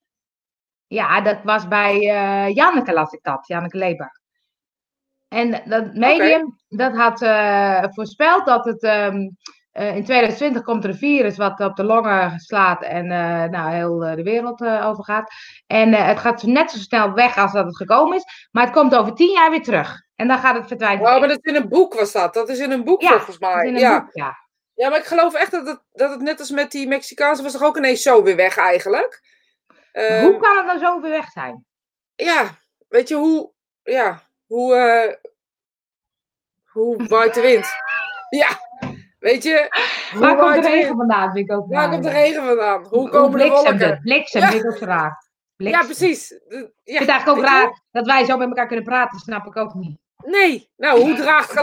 Ja, dat was bij Janneke, las ik dat. Janneke Leber. En dat medium, dat had voorspeld dat het in 2020 komt er een virus wat op de longen slaat en heel de wereld overgaat. En het gaat net zo snel weg als dat het gekomen is. Maar het komt over 10 jaar weer terug. En dan gaat het verdwijnen. Oh, maar dat is in een boek was dat. Dat is in een boek volgens mij. Dat is in een boek, ja. Ja, maar ik geloof echt dat het net als met die Mexicaanse was toch ook ineens zo weer weg eigenlijk. Hoe kan het nou zo weer weg zijn? Ja, weet je hoe waait de wind? Ja, weet je. Waar komt de regen vandaan? Waar komt de regen vandaan? Hoe komen de wolken? Bliksem, vind ik ook zo raar. Bliksem. Ja, precies. Ik vind het eigenlijk ook raar dat wij zo met elkaar kunnen praten, snap ik ook niet. Nee, nou, hoe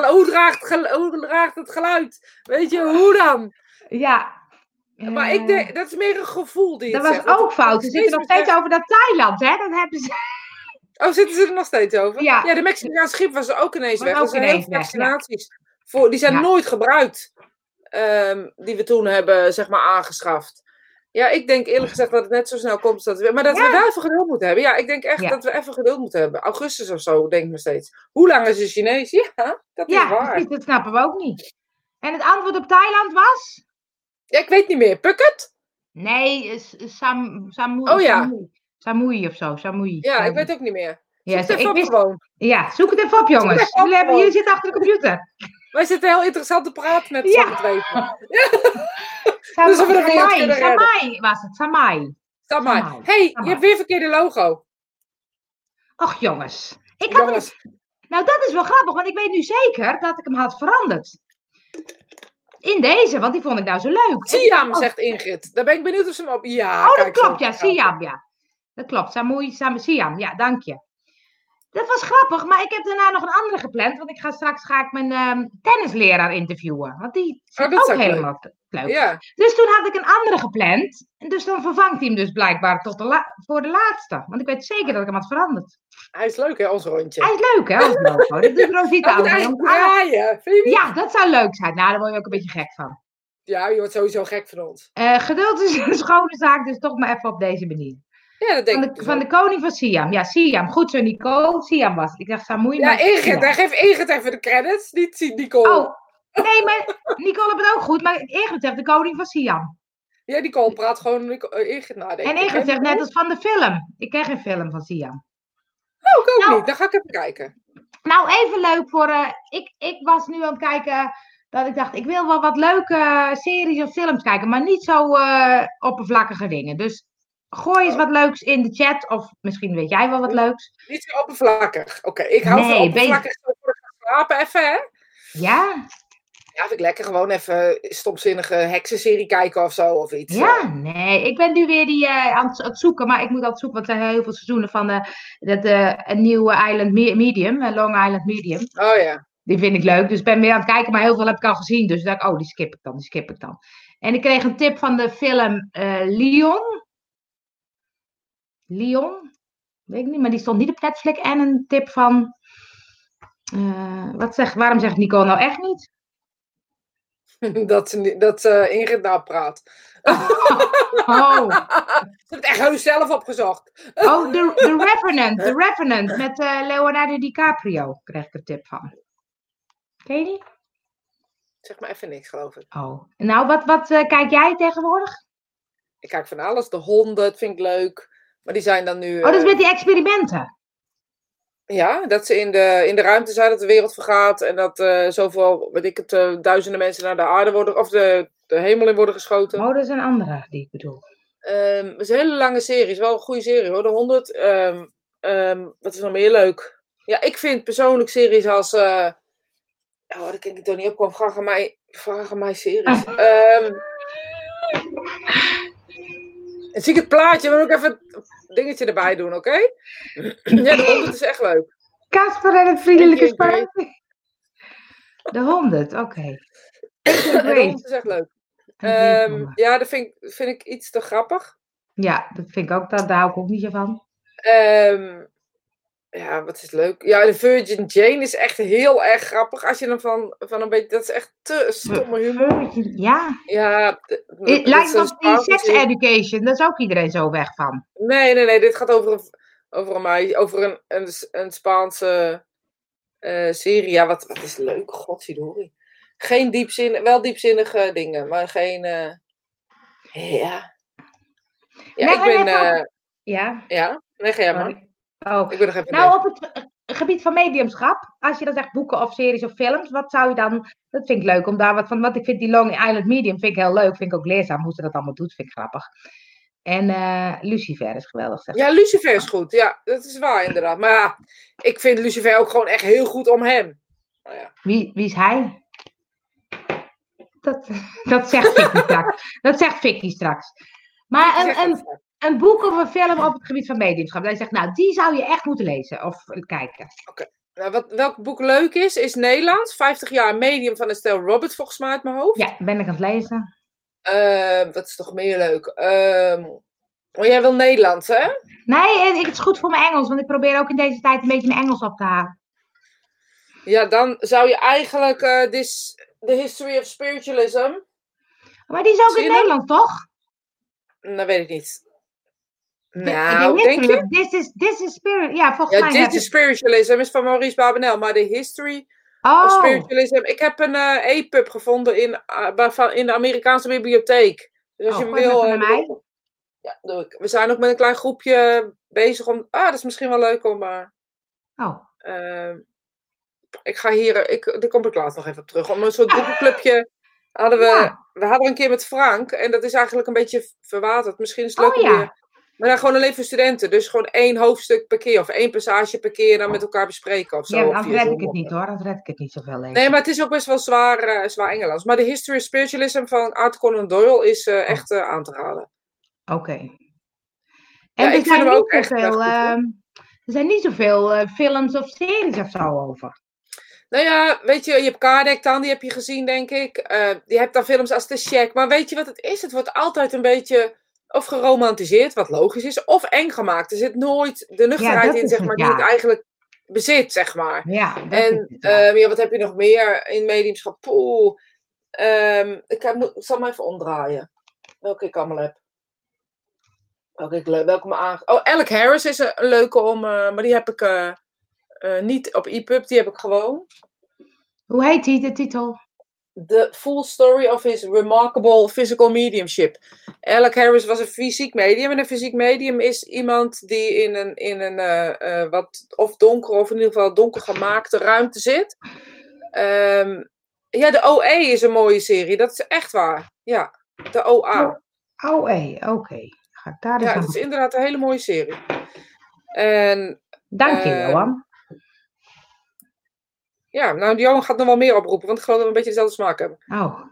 draagt het geluid? Weet je, hoe dan? Ja. Maar ik denk, dat is meer een gevoel die dat was ook fout. Ze zitten nog steeds over dat Thailand, hè? Dat hebben ze... Oh, zitten ze er nog steeds over? Ja. De Mexicaanse schip was er ook ineens weg. Er zijn heel veel vaccinaties. Ja. Die zijn nooit gebruikt. Die we toen hebben, zeg maar, aangeschaft. Ja, ik denk eerlijk gezegd dat het net zo snel komt. Maar dat we wel even geduld moeten hebben. Ja, ik denk echt dat we even geduld moeten hebben. Augustus of zo, denk ik nog steeds. Hoe lang is de Chinees? Ja, dat is waar. Precies, dat snappen we ook niet. En het antwoord op Thailand was? Ja, ik weet niet meer. Phuket? Nee, Samui. Oh ja. Samui of zo, Samui. Ja, ik weet ook niet meer. Zoek het even op gewoon. Ja, zoek het even op, jongens. Jullie zitten achter de computer. Wij zitten heel interessant te praten met z'n tweeën. Ja. Dus Samai was het, Samai. Hey, je hebt weer verkeerde logo. Och, jongens. Nou, dat is wel grappig, want ik weet nu zeker dat ik hem had veranderd. In deze, want die vond ik nou zo leuk. Siam, zegt Ingrid. Daar ben ik benieuwd of ze hem op... Ja, dat klopt, ja. Siam, ja. Dat klopt. Siam, ja, dank je. Dat was grappig, maar ik heb daarna nog een andere gepland. Want straks ga ik mijn tennisleraar interviewen. Want die is ook helemaal leuk. Ja. Dus toen had ik een andere gepland. En dus dan vervangt hij hem dus blijkbaar voor de laatste. Want ik weet zeker dat ik hem had veranderd. Hij is leuk, hè, ons rondje. Hij is leuk, hè, ons logo. Dat doet Rosita ook. Ja, dat zou leuk zijn. Nou, daar word je ook een beetje gek van. Ja, je wordt sowieso gek van ons. Geduld is een schone zaak, dus toch maar even op deze manier. Ja, dat denk ik. Van de koning van Siam. Ja, Siam. Goed zo, Nicole. Siam was het. Ik dacht Samui. Ja, Ingrid. Daar geeft Ingrid even de credits. Niet Nicole. Oh, nee, maar Nicole heeft het ook goed. Maar Ingrid zegt de koning van Siam. Ja, Nicole praat gewoon Ingrid nadenken. En Ingrid zegt net als van de film. Ik ken geen film van Siam. Oh, ik ook niet. Dan ga ik even kijken. Nou, even leuk voor... Ik was nu aan het kijken... Dat ik dacht, ik wil wel wat leuke series of films kijken. Maar niet zo oppervlakkige dingen. Dus... Gooi eens wat leuks in de chat. Of misschien weet jij wel wat leuks. Niet zo oppervlakkig. Oké, ik hou van oppervlakkig. Voor slapen even, hè? Ja. Ja, vind ik lekker gewoon even stomzinnige heksenserie kijken of zo. Of iets. Ja, nee. Ik ben nu weer aan het zoeken. Maar ik moet altijd zoeken. Want er zijn heel veel seizoenen van een nieuwe Island Medium. Long Island Medium. Oh ja. Die vind ik leuk. Dus ik ben weer aan het kijken. Maar heel veel heb ik al gezien. Dus dacht ik, die skip ik dan. En ik kreeg een tip van de film Leon, weet ik niet, maar die stond niet op Netflix. En een tip van, waarom zegt Nicole nou echt niet? Dat Ingrid nou praat. Oh. Ze heeft het echt heus zelf opgezocht. Oh, The Revenant met Leonardo DiCaprio kreeg ik een tip van. Ken je die? Zeg maar even niks, geloof ik. Oh, nou, wat kijk jij tegenwoordig? Ik kijk van alles. De honden, dat vind ik leuk. Maar die zijn dan nu... dat is met die experimenten? Ja, dat ze in de ruimte zijn, dat de wereld vergaat. En dat zoveel, duizenden mensen naar de aarde worden... Of de hemel in worden geschoten. Oh, dat is een andere die ik bedoel. Het is een hele lange serie. Het is wel een goede serie, hoor. De 100. Wat is nog meer leuk? Ja, ik vind persoonlijk series als... dat kan ik toch niet opkomen. Vraag aan mij series. En zie ik het plaatje, maar ook even een dingetje erbij doen, oké? Ja, de 100 is echt leuk. Casper en het vriendelijke spuitje. De 100, oké. De 100 is echt leuk. Ja, dat vind ik iets te grappig. Ja, dat vind ik ook, daar hou ik ook niet zo van. Ja, wat is leuk. Ja, de Virgin Jane is echt heel erg grappig. Als je hem van een beetje... Dat is echt te stomme humor. Ja. Ja. Lijkt wel die sex education. Daar is ook iedereen zo weg van. Nee. Dit gaat over een Spaanse serie. Ja, wat is leuk. Godzijdank. geen wel diepzinnige dingen, maar geen... Ja. Ja, Nou, ik ben... ja. Ja, nee, ga jij maar. Sorry. Oh. Ik ben nog even Nou, op het gebied van mediumschap, als je dan zegt boeken of series of films, wat zou je dan... Dat vind ik leuk om daar wat van... Want ik vind die Long Island Medium vind ik heel leuk. Vind ik ook leerzaam hoe ze dat allemaal doet. Vind ik grappig. En Lucifer is geweldig. Zeg. Ja, Lucifer is goed. Ja, dat is waar inderdaad. Maar ja, ik vind Lucifer ook gewoon echt heel goed om hem. Nou ja. Wie is hij? Dat zegt Vicky straks. Dat zegt Vicky straks. Maar een boek of een film op het gebied van mediumschap. Dat je zegt, nou, die zou je echt moeten lezen of kijken. Oké. Nou, welk boek leuk is Nederlands. 50 jaar medium van Estelle Robert, volgens mij uit mijn hoofd. Ja, ben ik aan het lezen. Wat is toch meer leuk? Maar jij wil Nederlands, hè? Nee, het is goed voor mijn Engels. Want ik probeer ook in deze tijd een beetje mijn Engels op te halen. Ja, dan zou je eigenlijk The History of Spiritualism... Maar die is ook in Nederland, toch? Dat weet ik niet. Nou, denk je? This is Spirit. Ja, volgens mij. Ja, This is Spiritualism is van Maurice Babenel. Maar The History of Spiritualism... Ik heb een EPUB gevonden in de Amerikaanse bibliotheek. Dus als je hem wil... naar mij. Ja, doe ik. We zijn ook met een klein groepje bezig om... dat is misschien wel leuk om... ik ga hier... Daar kom ik later nog even op terug. Om een soort boekenclubje hadden we... Ja. We hadden een keer met Frank. En dat is eigenlijk een beetje verwaterd. Misschien is het leuk om weer... Maar dan gewoon alleen voor studenten. Dus gewoon 1 hoofdstuk per keer. Of 1 passage per keer. En dan met elkaar bespreken of zo. Ja, dan red ik het niet hoor. Dan red ik het niet zoveel lezen. Nee, maar het is ook best wel zwaar Engels. Maar de History of Spiritualism van Arthur Conan Doyle is echt aan te raden. Oké. En ik vind hem ook echt er zijn niet zoveel films of series of zo over. Nou ja, weet je hebt Kardec dan, die heb je gezien, denk ik. Je hebt dan films als The Shack. Maar weet je wat het is? Het wordt altijd een beetje of geromantiseerd, wat logisch is, of eng gemaakt. Er zit nooit de nuchterheid in, zeg maar, die het eigenlijk bezit, zeg maar. Ja, wat heb je nog meer in mediumschap? Ik zal me even omdraaien. Welke ik allemaal heb. Welke me aange... Alec Harris is een leuke om... maar die heb ik niet op EPUB. Die heb ik gewoon. Hoe heet die, de titel? The Full Story of His Remarkable Physical Mediumship. Alec Harris was een fysiek medium. En een fysiek medium is iemand die in een wat of donker of in ieder geval donker gemaakte ruimte zit. De OE is een mooie serie. Dat is echt waar. Ja, de OA. OE, oké. Ja, het is inderdaad een hele mooie serie. Dank je, Johan. Ja, nou, Johan gaat nog wel meer oproepen, want ik geloof dat we een beetje dezelfde smaak hebben.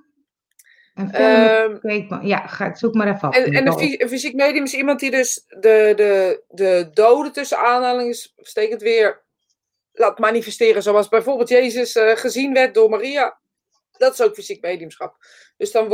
Zoek maar even op. En een fysiek medium is iemand die dus de doden tussen aanhalingstekens weer laat manifesteren. Zoals bijvoorbeeld Jezus gezien werd door Maria. Dat is ook fysiek mediumschap. Dus dan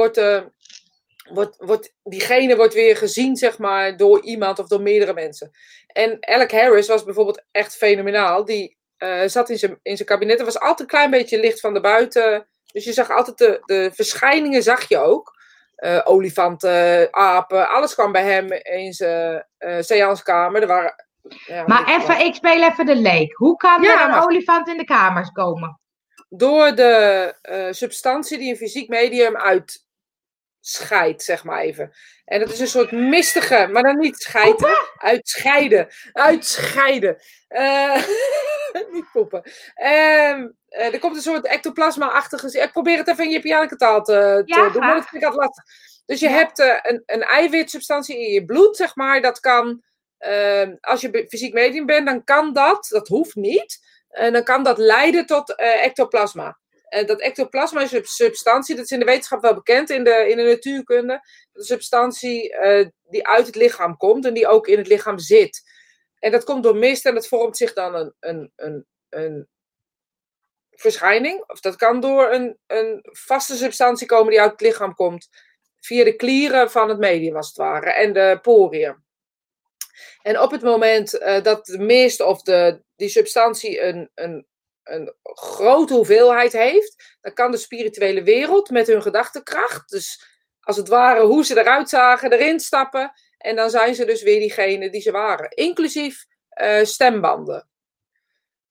diegene wordt weer gezien, zeg maar, door iemand of door meerdere mensen. En Alec Harris was bijvoorbeeld echt fenomenaal. Die zat in zijn kabinet. Er was altijd een klein beetje licht van de buiten. Dus je zag altijd de verschijningen, zag je ook. Olifanten, apen, alles kwam bij hem in zijn seancekamer. Er waren... Maar ik speel even de leek. Hoe kan er een olifant in de kamers komen? Door de substantie die een fysiek medium uitscheidt, zeg maar even. En dat is een soort mistige, maar dan niet scheiden. Uitscheiden. Niet poepen. Er komt een soort ectoplasma-achtige... Ik probeer het even in Jippianeke taal te doen, maar dat vind ik altijd lastig. Dus je hebt een eiwitsubstantie in je bloed, zeg maar. Dat kan, als je fysiek medium bent, dan kan dat hoeft niet. En dan kan dat leiden tot ectoplasma. Dat ectoplasma is een substantie, dat is in de wetenschap wel bekend, in de natuurkunde. Een substantie die uit het lichaam komt en die ook in het lichaam zit. En dat komt door mist en dat vormt zich dan een verschijning. Of dat kan door een vaste substantie komen die uit het lichaam komt. Via de klieren van het medium, als het ware. En de poriën. En op het moment dat de mist of die substantie een grote hoeveelheid heeft, dan kan de spirituele wereld met hun gedachtenkracht, dus als het ware hoe ze eruit zagen, erin stappen. En dan zijn ze dus weer diegene die ze waren. Inclusief stembanden.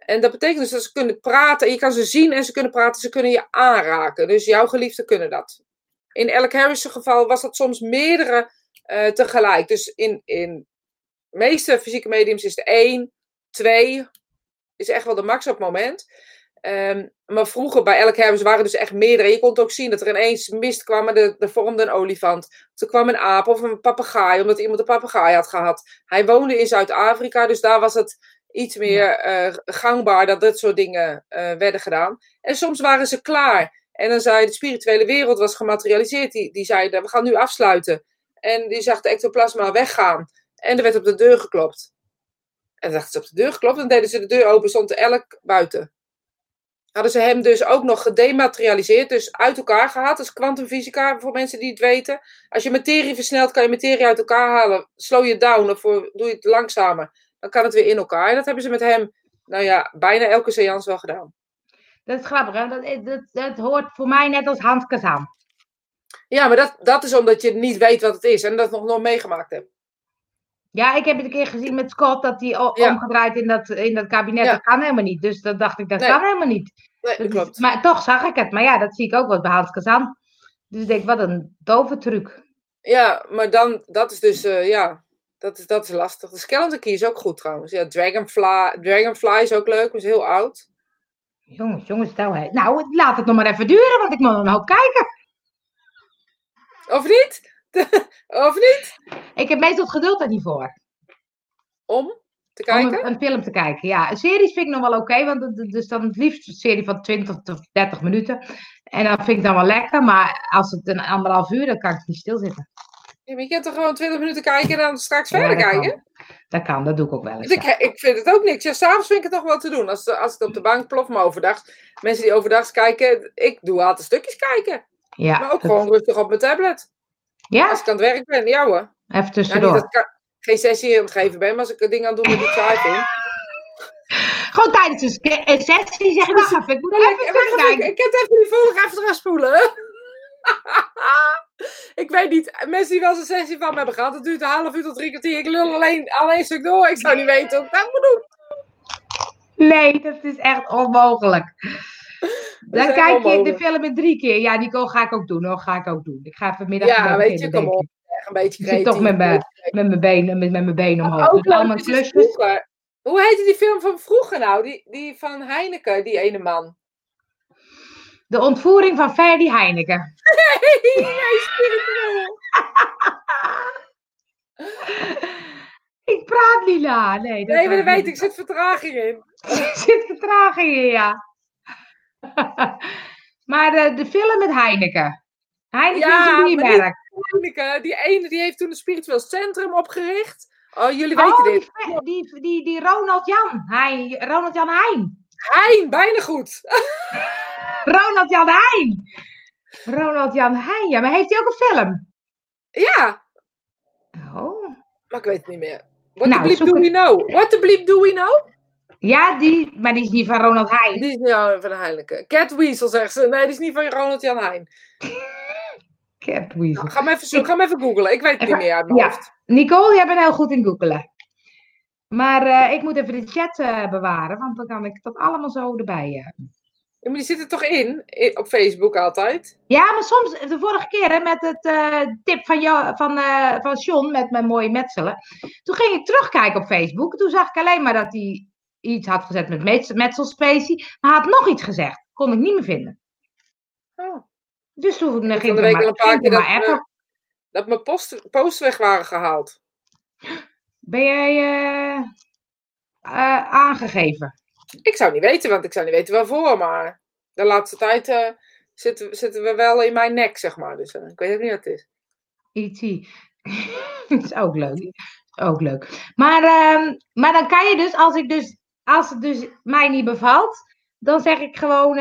En dat betekent dus dat ze kunnen praten. Je kan ze zien en ze kunnen praten. Ze kunnen je aanraken. Dus jouw geliefden kunnen dat. In Alec Harris' geval was dat soms meerdere tegelijk. Dus in de meeste fysieke mediums is het 1, 2. Is echt wel de max op het moment. Maar vroeger bij Alec Harris waren dus echt meerdere. Je kon ook zien dat er ineens mist kwam. En er vormde een olifant. Er kwam een aap of een papegaai. Omdat iemand een papegaai had gehad. Hij woonde in Zuid-Afrika. Dus daar was het iets meer gangbaar dat dit soort dingen werden gedaan. En soms waren ze klaar. En dan zei de spirituele wereld was gematerialiseerd. Die zeiden, we gaan nu afsluiten. En die zag de ectoplasma weggaan. En er werd op de deur geklopt. En dan dachten ze op de deur geklopt. En deden ze de deur open, stond Elk buiten. Hadden ze hem dus ook nog gedematerialiseerd. Dus uit elkaar gehaald. Dat is kwantumfysica voor mensen die het weten. Als je materie versnelt, kan je materie uit elkaar halen. Slow je down of doe je het langzamer. Dan kan het weer in elkaar. En dat hebben ze met hem, bijna elke seance wel gedaan. Dat is grappig, hè? Dat hoort voor mij net als Hans Kazan. Ja, maar dat is omdat je niet weet wat het is. En dat nog nooit meegemaakt hebt. Ja, ik heb het een keer gezien met Scott, dat hij omgedraaid in dat kabinet. Ja. Dat kan helemaal niet. Dus dat dacht ik, dat kan helemaal niet. Nee, dat klopt. Maar toch zag ik het. Maar ja, dat zie ik ook wel bij Hans Kazan. Dus ik denk, wat een tovertruc. Ja, maar dan, dat is dus, dat is lastig. De Skeleton Key is ook goed trouwens. Ja, Dragonfly is ook leuk, maar is heel oud. Jongens, nou, laat het nog maar even duren, want ik moet nog een hoop kijken. Of niet? Of niet? Ik heb meestal het geduld er niet voor. Om te kijken? Om een film te kijken, ja. Series vind ik nog wel oké, want dus dan het liefst een serie van 20 tot 30 minuten. En dat vind ik dan wel lekker, maar als het een 1,5 uur, dan kan ik niet stilzitten. Ja, maar je kunt toch gewoon 20 minuten kijken en dan straks verder kijken? Dat doe ik ook wel eens. Ik vind het ook niks. Ja, s'avonds vind ik het toch wel te doen. Als het op de bank ploft, maar overdag. Mensen die overdag kijken, ik doe altijd stukjes kijken. Ja, maar ook gewoon rustig op mijn tablet. Ja? Als ik aan het werk ben, ja hoor. Even tussendoor. Niet dat ik geen sessie aan het geven ben, maar als ik een ding aan het doen met die saai vind. Gewoon tijdens een sessie zeg ik, wacht even, ik moet even kijken. Ik heb het even niet volgen, even eraf spoelen. Ik weet niet, mensen die wel eens een sessie van me hebben gehad, dat duurt een half uur tot 3 kwartier. Ik lul alleen een stuk door, ik zou niet weten hoe ik dat moet doen. Nee, dat is echt onmogelijk. Dan kijk je de film in 3 keer. Ja, Nicole, ga ik ook doen hoor, Ik ga vanmiddag weet je, kom op. Een beetje creatief. Ik zit toch met mijn benen omhoog. Ook allemaal klusjes. Hoe heette die film van vroeger nou? Die van Heineken, die ene man. De ontvoering van Ferdy Heineken. Nee, spiritueel. Ik praat Lila. Nee, maar dat weet ik. Er zit vertraging in. Er zit vertraging in, ja. Maar de film met Heineken. Heineken is een biermerk. Heineken, die ene die heeft toen een spiritueel centrum opgericht. Oh, jullie weten dit. Die Ronald Jan. Ronald Jan Heijn. Heijn, bijna goed. Ronald Jan Heijn. Ronald Jan Heijn, ja. Maar heeft hij ook een film? Ja. Oh. Maar ik weet het niet meer. What the bleep do we know? What the bleep do we know? Ja, maar die is niet van Ronald Heijn. Die is niet van Heineken. Cat Weasel, zegt ze. Nee, die is niet van Ronald Jan Heijn. Cat Weasel. Nou, ga me even googlen. Ik weet het niet meer uit mijn hoofd. Nicole, jij bent heel goed in googelen. Maar ik moet even de chat bewaren, want dan kan ik dat allemaal zo erbij. Ja, maar die zit er toch in op Facebook altijd? Ja, maar soms, de vorige keer hè, met het tip van John met mijn mooie metselen. Toen ging ik terugkijken op Facebook. Toen zag ik alleen maar dat hij iets had gezet met metselspecie. Maar hij had nog iets gezegd. Kon ik niet meer vinden. Oh. Dus toen ging ik maar een paar keer dat mijn posts weg waren gehaald. Ben jij aangegeven? Ik zou niet weten, want ik zou niet weten waarvoor. Maar de laatste tijd zitten we wel in mijn nek, zeg maar. Dus ik weet ook niet wat het is. E.T. Dat is ook leuk. Maar dan kan je dus, als het dus mij niet bevalt, dan zeg ik gewoon,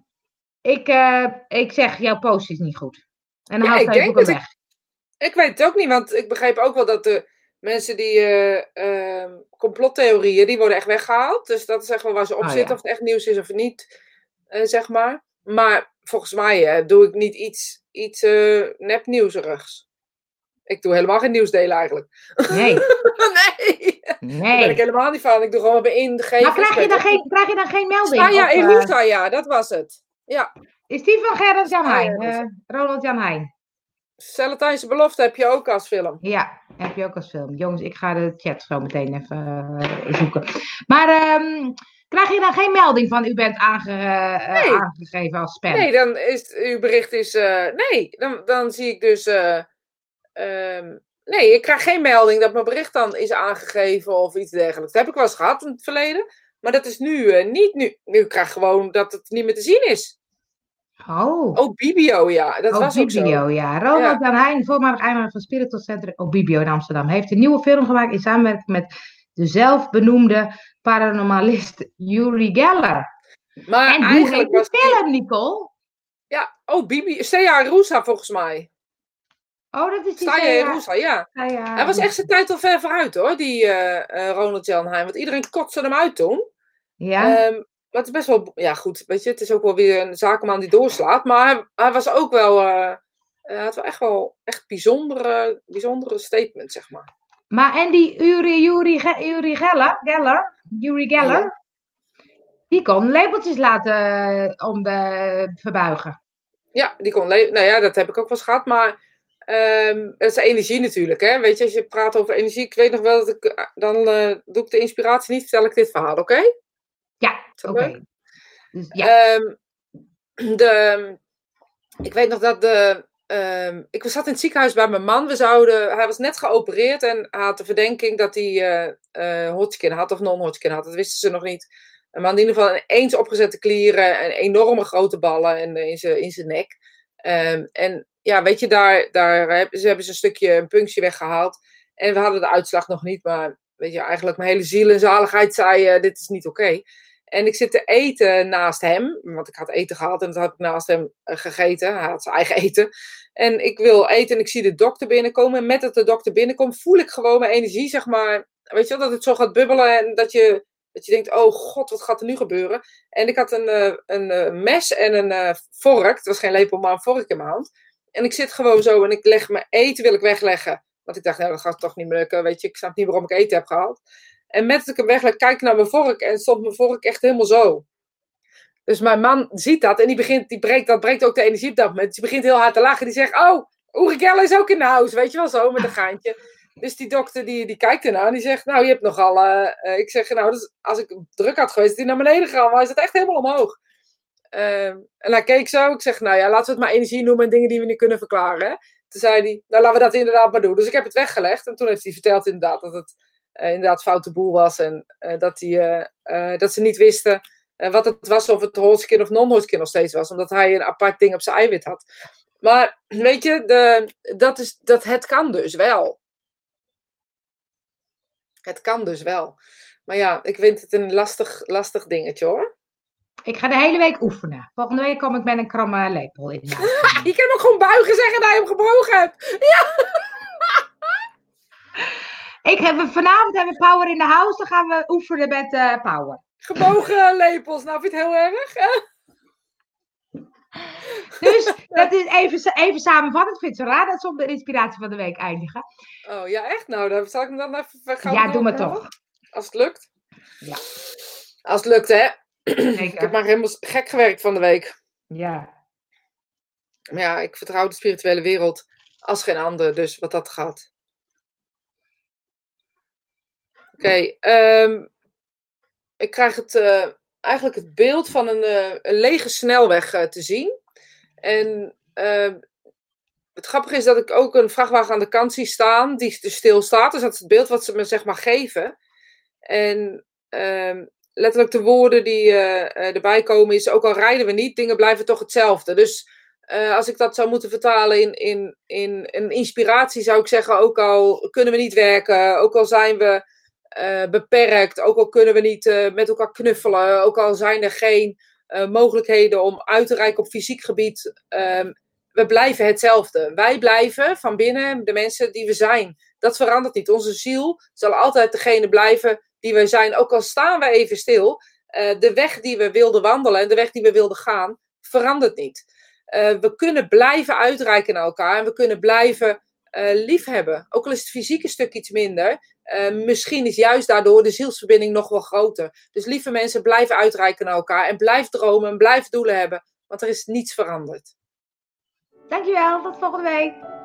ik zeg, jouw post is niet goed. En dan haal ik Facebook hem weg. Ik weet het ook niet, want ik begreep ook wel dat de mensen die complottheorieën, die worden echt weggehaald. Dus dat is echt wel waar ze op zitten, of het echt nieuws is of niet, zeg maar. Maar volgens mij doe ik niet iets nepnieuwserigs. Ik doe helemaal geen nieuws delen eigenlijk. Nee. Nee. Daar ben ik helemaal niet van. Ik doe gewoon mijn ingeven. Maar krijg je dan geen melding? Staya Erusa, ja, dat was het. Ja. Is die van Gerrit Jan Heijn? Ronald Jan Heijn. Celestijnse Belofte heb je ook als film. Ja, heb je ook als film. Jongens, ik ga de chat zo meteen even zoeken. Maar krijg je dan geen melding van u bent aangegeven als spam? Nee, dan is uw bericht is... nee, dan zie ik dus... nee, ik krijg geen melding dat mijn bericht dan is aangegeven of iets dergelijks. Dat heb ik wel eens gehad in het verleden. Maar dat is nu niet nu. Nu krijg ik gewoon dat het niet meer te zien is. Bibio, ja. Dat was ook zo. Bibio, ja. Ronald Jan Heijn, voormalig eigenaar van Spiritus Center Bibio in Amsterdam, heeft een nieuwe film gemaakt in samenwerking met de zelfbenoemde paranormalist Uri Geller. Maar en eigenlijk hoe heet die film, Nicole? Ja, Bibio. Staya Erusa volgens mij. Dat is die Staya Erusa, ja. Hij was echt zijn tijd al ver vooruit, hoor, die Ronald Jan Heijn. Want iedereen kotste hem uit toen. Ja. Maar het is best wel... Ja, goed. Weet je, het is ook wel weer een zakenman die doorslaat. Maar hij was ook wel... hij had wel echt bijzondere statement, zeg maar. Maar en die Uri Geller, ja. Die kon labeltjes laten verbuigen. Ja, die kon nou ja, dat heb ik ook wel eens gehad. Maar het is energie natuurlijk, hè. Weet je, als je praat over energie... Ik weet nog wel dat ik... Dan doe ik de inspiratie niet, vertel ik dit verhaal, oké? Ja, oké. Dus, ja. Ik weet nog dat ik zat in het ziekenhuis bij mijn man. Hij was net geopereerd en hij had de verdenking dat hij Hodgkin had of non-Hodgkin had. Dat wisten ze nog niet. Maar in ieder geval eens opgezette klieren en enorme grote ballen in zijn nek. En ja, weet je, daar hebben ze een stukje een punctie weggehaald. En we hadden de uitslag nog niet, maar weet je, eigenlijk mijn hele ziel en zaligheid zei, dit is niet oké. En ik zit te eten naast hem, want ik had eten gehad en dat had ik naast hem gegeten. Hij had zijn eigen eten. En ik wil eten en ik zie de dokter binnenkomen. En met dat de dokter binnenkomt, voel ik gewoon mijn energie, zeg maar. Weet je wel, dat het zo gaat bubbelen en dat je denkt, oh god, wat gaat er nu gebeuren? En ik had een mes en een vork. Het was geen lepel, maar een vork in mijn hand. En ik zit gewoon zo en ik leg mijn eten, wil ik wegleggen. Want ik dacht, nou, dat gaat toch niet meer lukken. Weet je, ik snap niet waarom ik eten heb gehaald. En met dat ik hem wegleg, kijk ik naar mijn vork en stond mijn vork echt helemaal zo. Dus mijn man ziet dat en dat breekt ook de energie op dat moment. Dus die begint heel hard te lachen. Die zegt, oh, Uri Geller is ook in de house. Weet je wel, zo met een geintje. Dus die dokter die kijkt ernaar en die zegt, nou, je hebt nogal... ik zeg, nou, dus als ik druk had geweest, is hij naar beneden gegaan. Maar hij zat echt helemaal omhoog. En hij keek zo. Ik zeg, nou ja, laten we het maar energie noemen en dingen die we niet kunnen verklaren. Hè? Toen zei hij, nou, laten we dat inderdaad maar doen. Dus ik heb het weggelegd. En toen heeft hij verteld inderdaad dat het inderdaad foute boel was. En dat ze niet wisten wat het was, of het Hodgkin of non-Hodgkin nog steeds was. Omdat hij een apart ding op zijn eiwit had. Maar weet je, het kan dus wel. Het kan dus wel. Maar ja, ik vind het een lastig dingetje, hoor. Ik ga de hele week oefenen. Volgende week kom ik met een kramme lepel in. Je kan ook gewoon buigen zeggen dat je hem gebogen hebt. Ja. Vanavond hebben we Power in the House. Dan gaan we oefenen met Power. Gebogen lepels. Nou, vind je het heel erg? Dus dat is even samenvattend. Ik vind het zo raar dat ze op de inspiratie van de week eindigen. Oh ja, echt? Nou, dan zal ik hem dan even gaan. Ja, doe maar toch. Als het lukt. Ja. Als het lukt, hè. Zeker. Ik heb maar helemaal gek gewerkt van de week. Ja. Maar ja, ik vertrouw de spirituele wereld als geen ander. Dus wat dat gaat. Oké. Ik krijg eigenlijk het beeld van een lege snelweg te zien. En het grappige is dat ik ook een vrachtwagen aan de kant zie staan, die dus stil staat. Dus dat is het beeld wat ze me zeg maar geven. En letterlijk de woorden die erbij komen is, ook al rijden we niet, dingen blijven toch hetzelfde. Dus als ik dat zou moeten vertalen in een inspiratie, zou ik zeggen, ook al kunnen we niet werken, ook al zijn we beperkt, ook al kunnen we niet met elkaar knuffelen, ook al zijn er geen mogelijkheden om uit te reiken op fysiek gebied, we blijven hetzelfde. Wij blijven van binnen de mensen die we zijn. Dat verandert niet. Onze ziel zal altijd degene blijven die we zijn. Ook al staan we even stil, de weg die we wilden wandelen en de weg die we wilden gaan, verandert niet. We kunnen blijven uitreiken naar elkaar en we kunnen blijven lief hebben. Ook al is het fysieke stuk iets minder. Misschien is juist daardoor de zielsverbinding nog wel groter. Dus lieve mensen, blijf uitreiken naar elkaar. En blijf dromen en blijf doelen hebben. Want er is niets veranderd. Dankjewel, tot volgende week.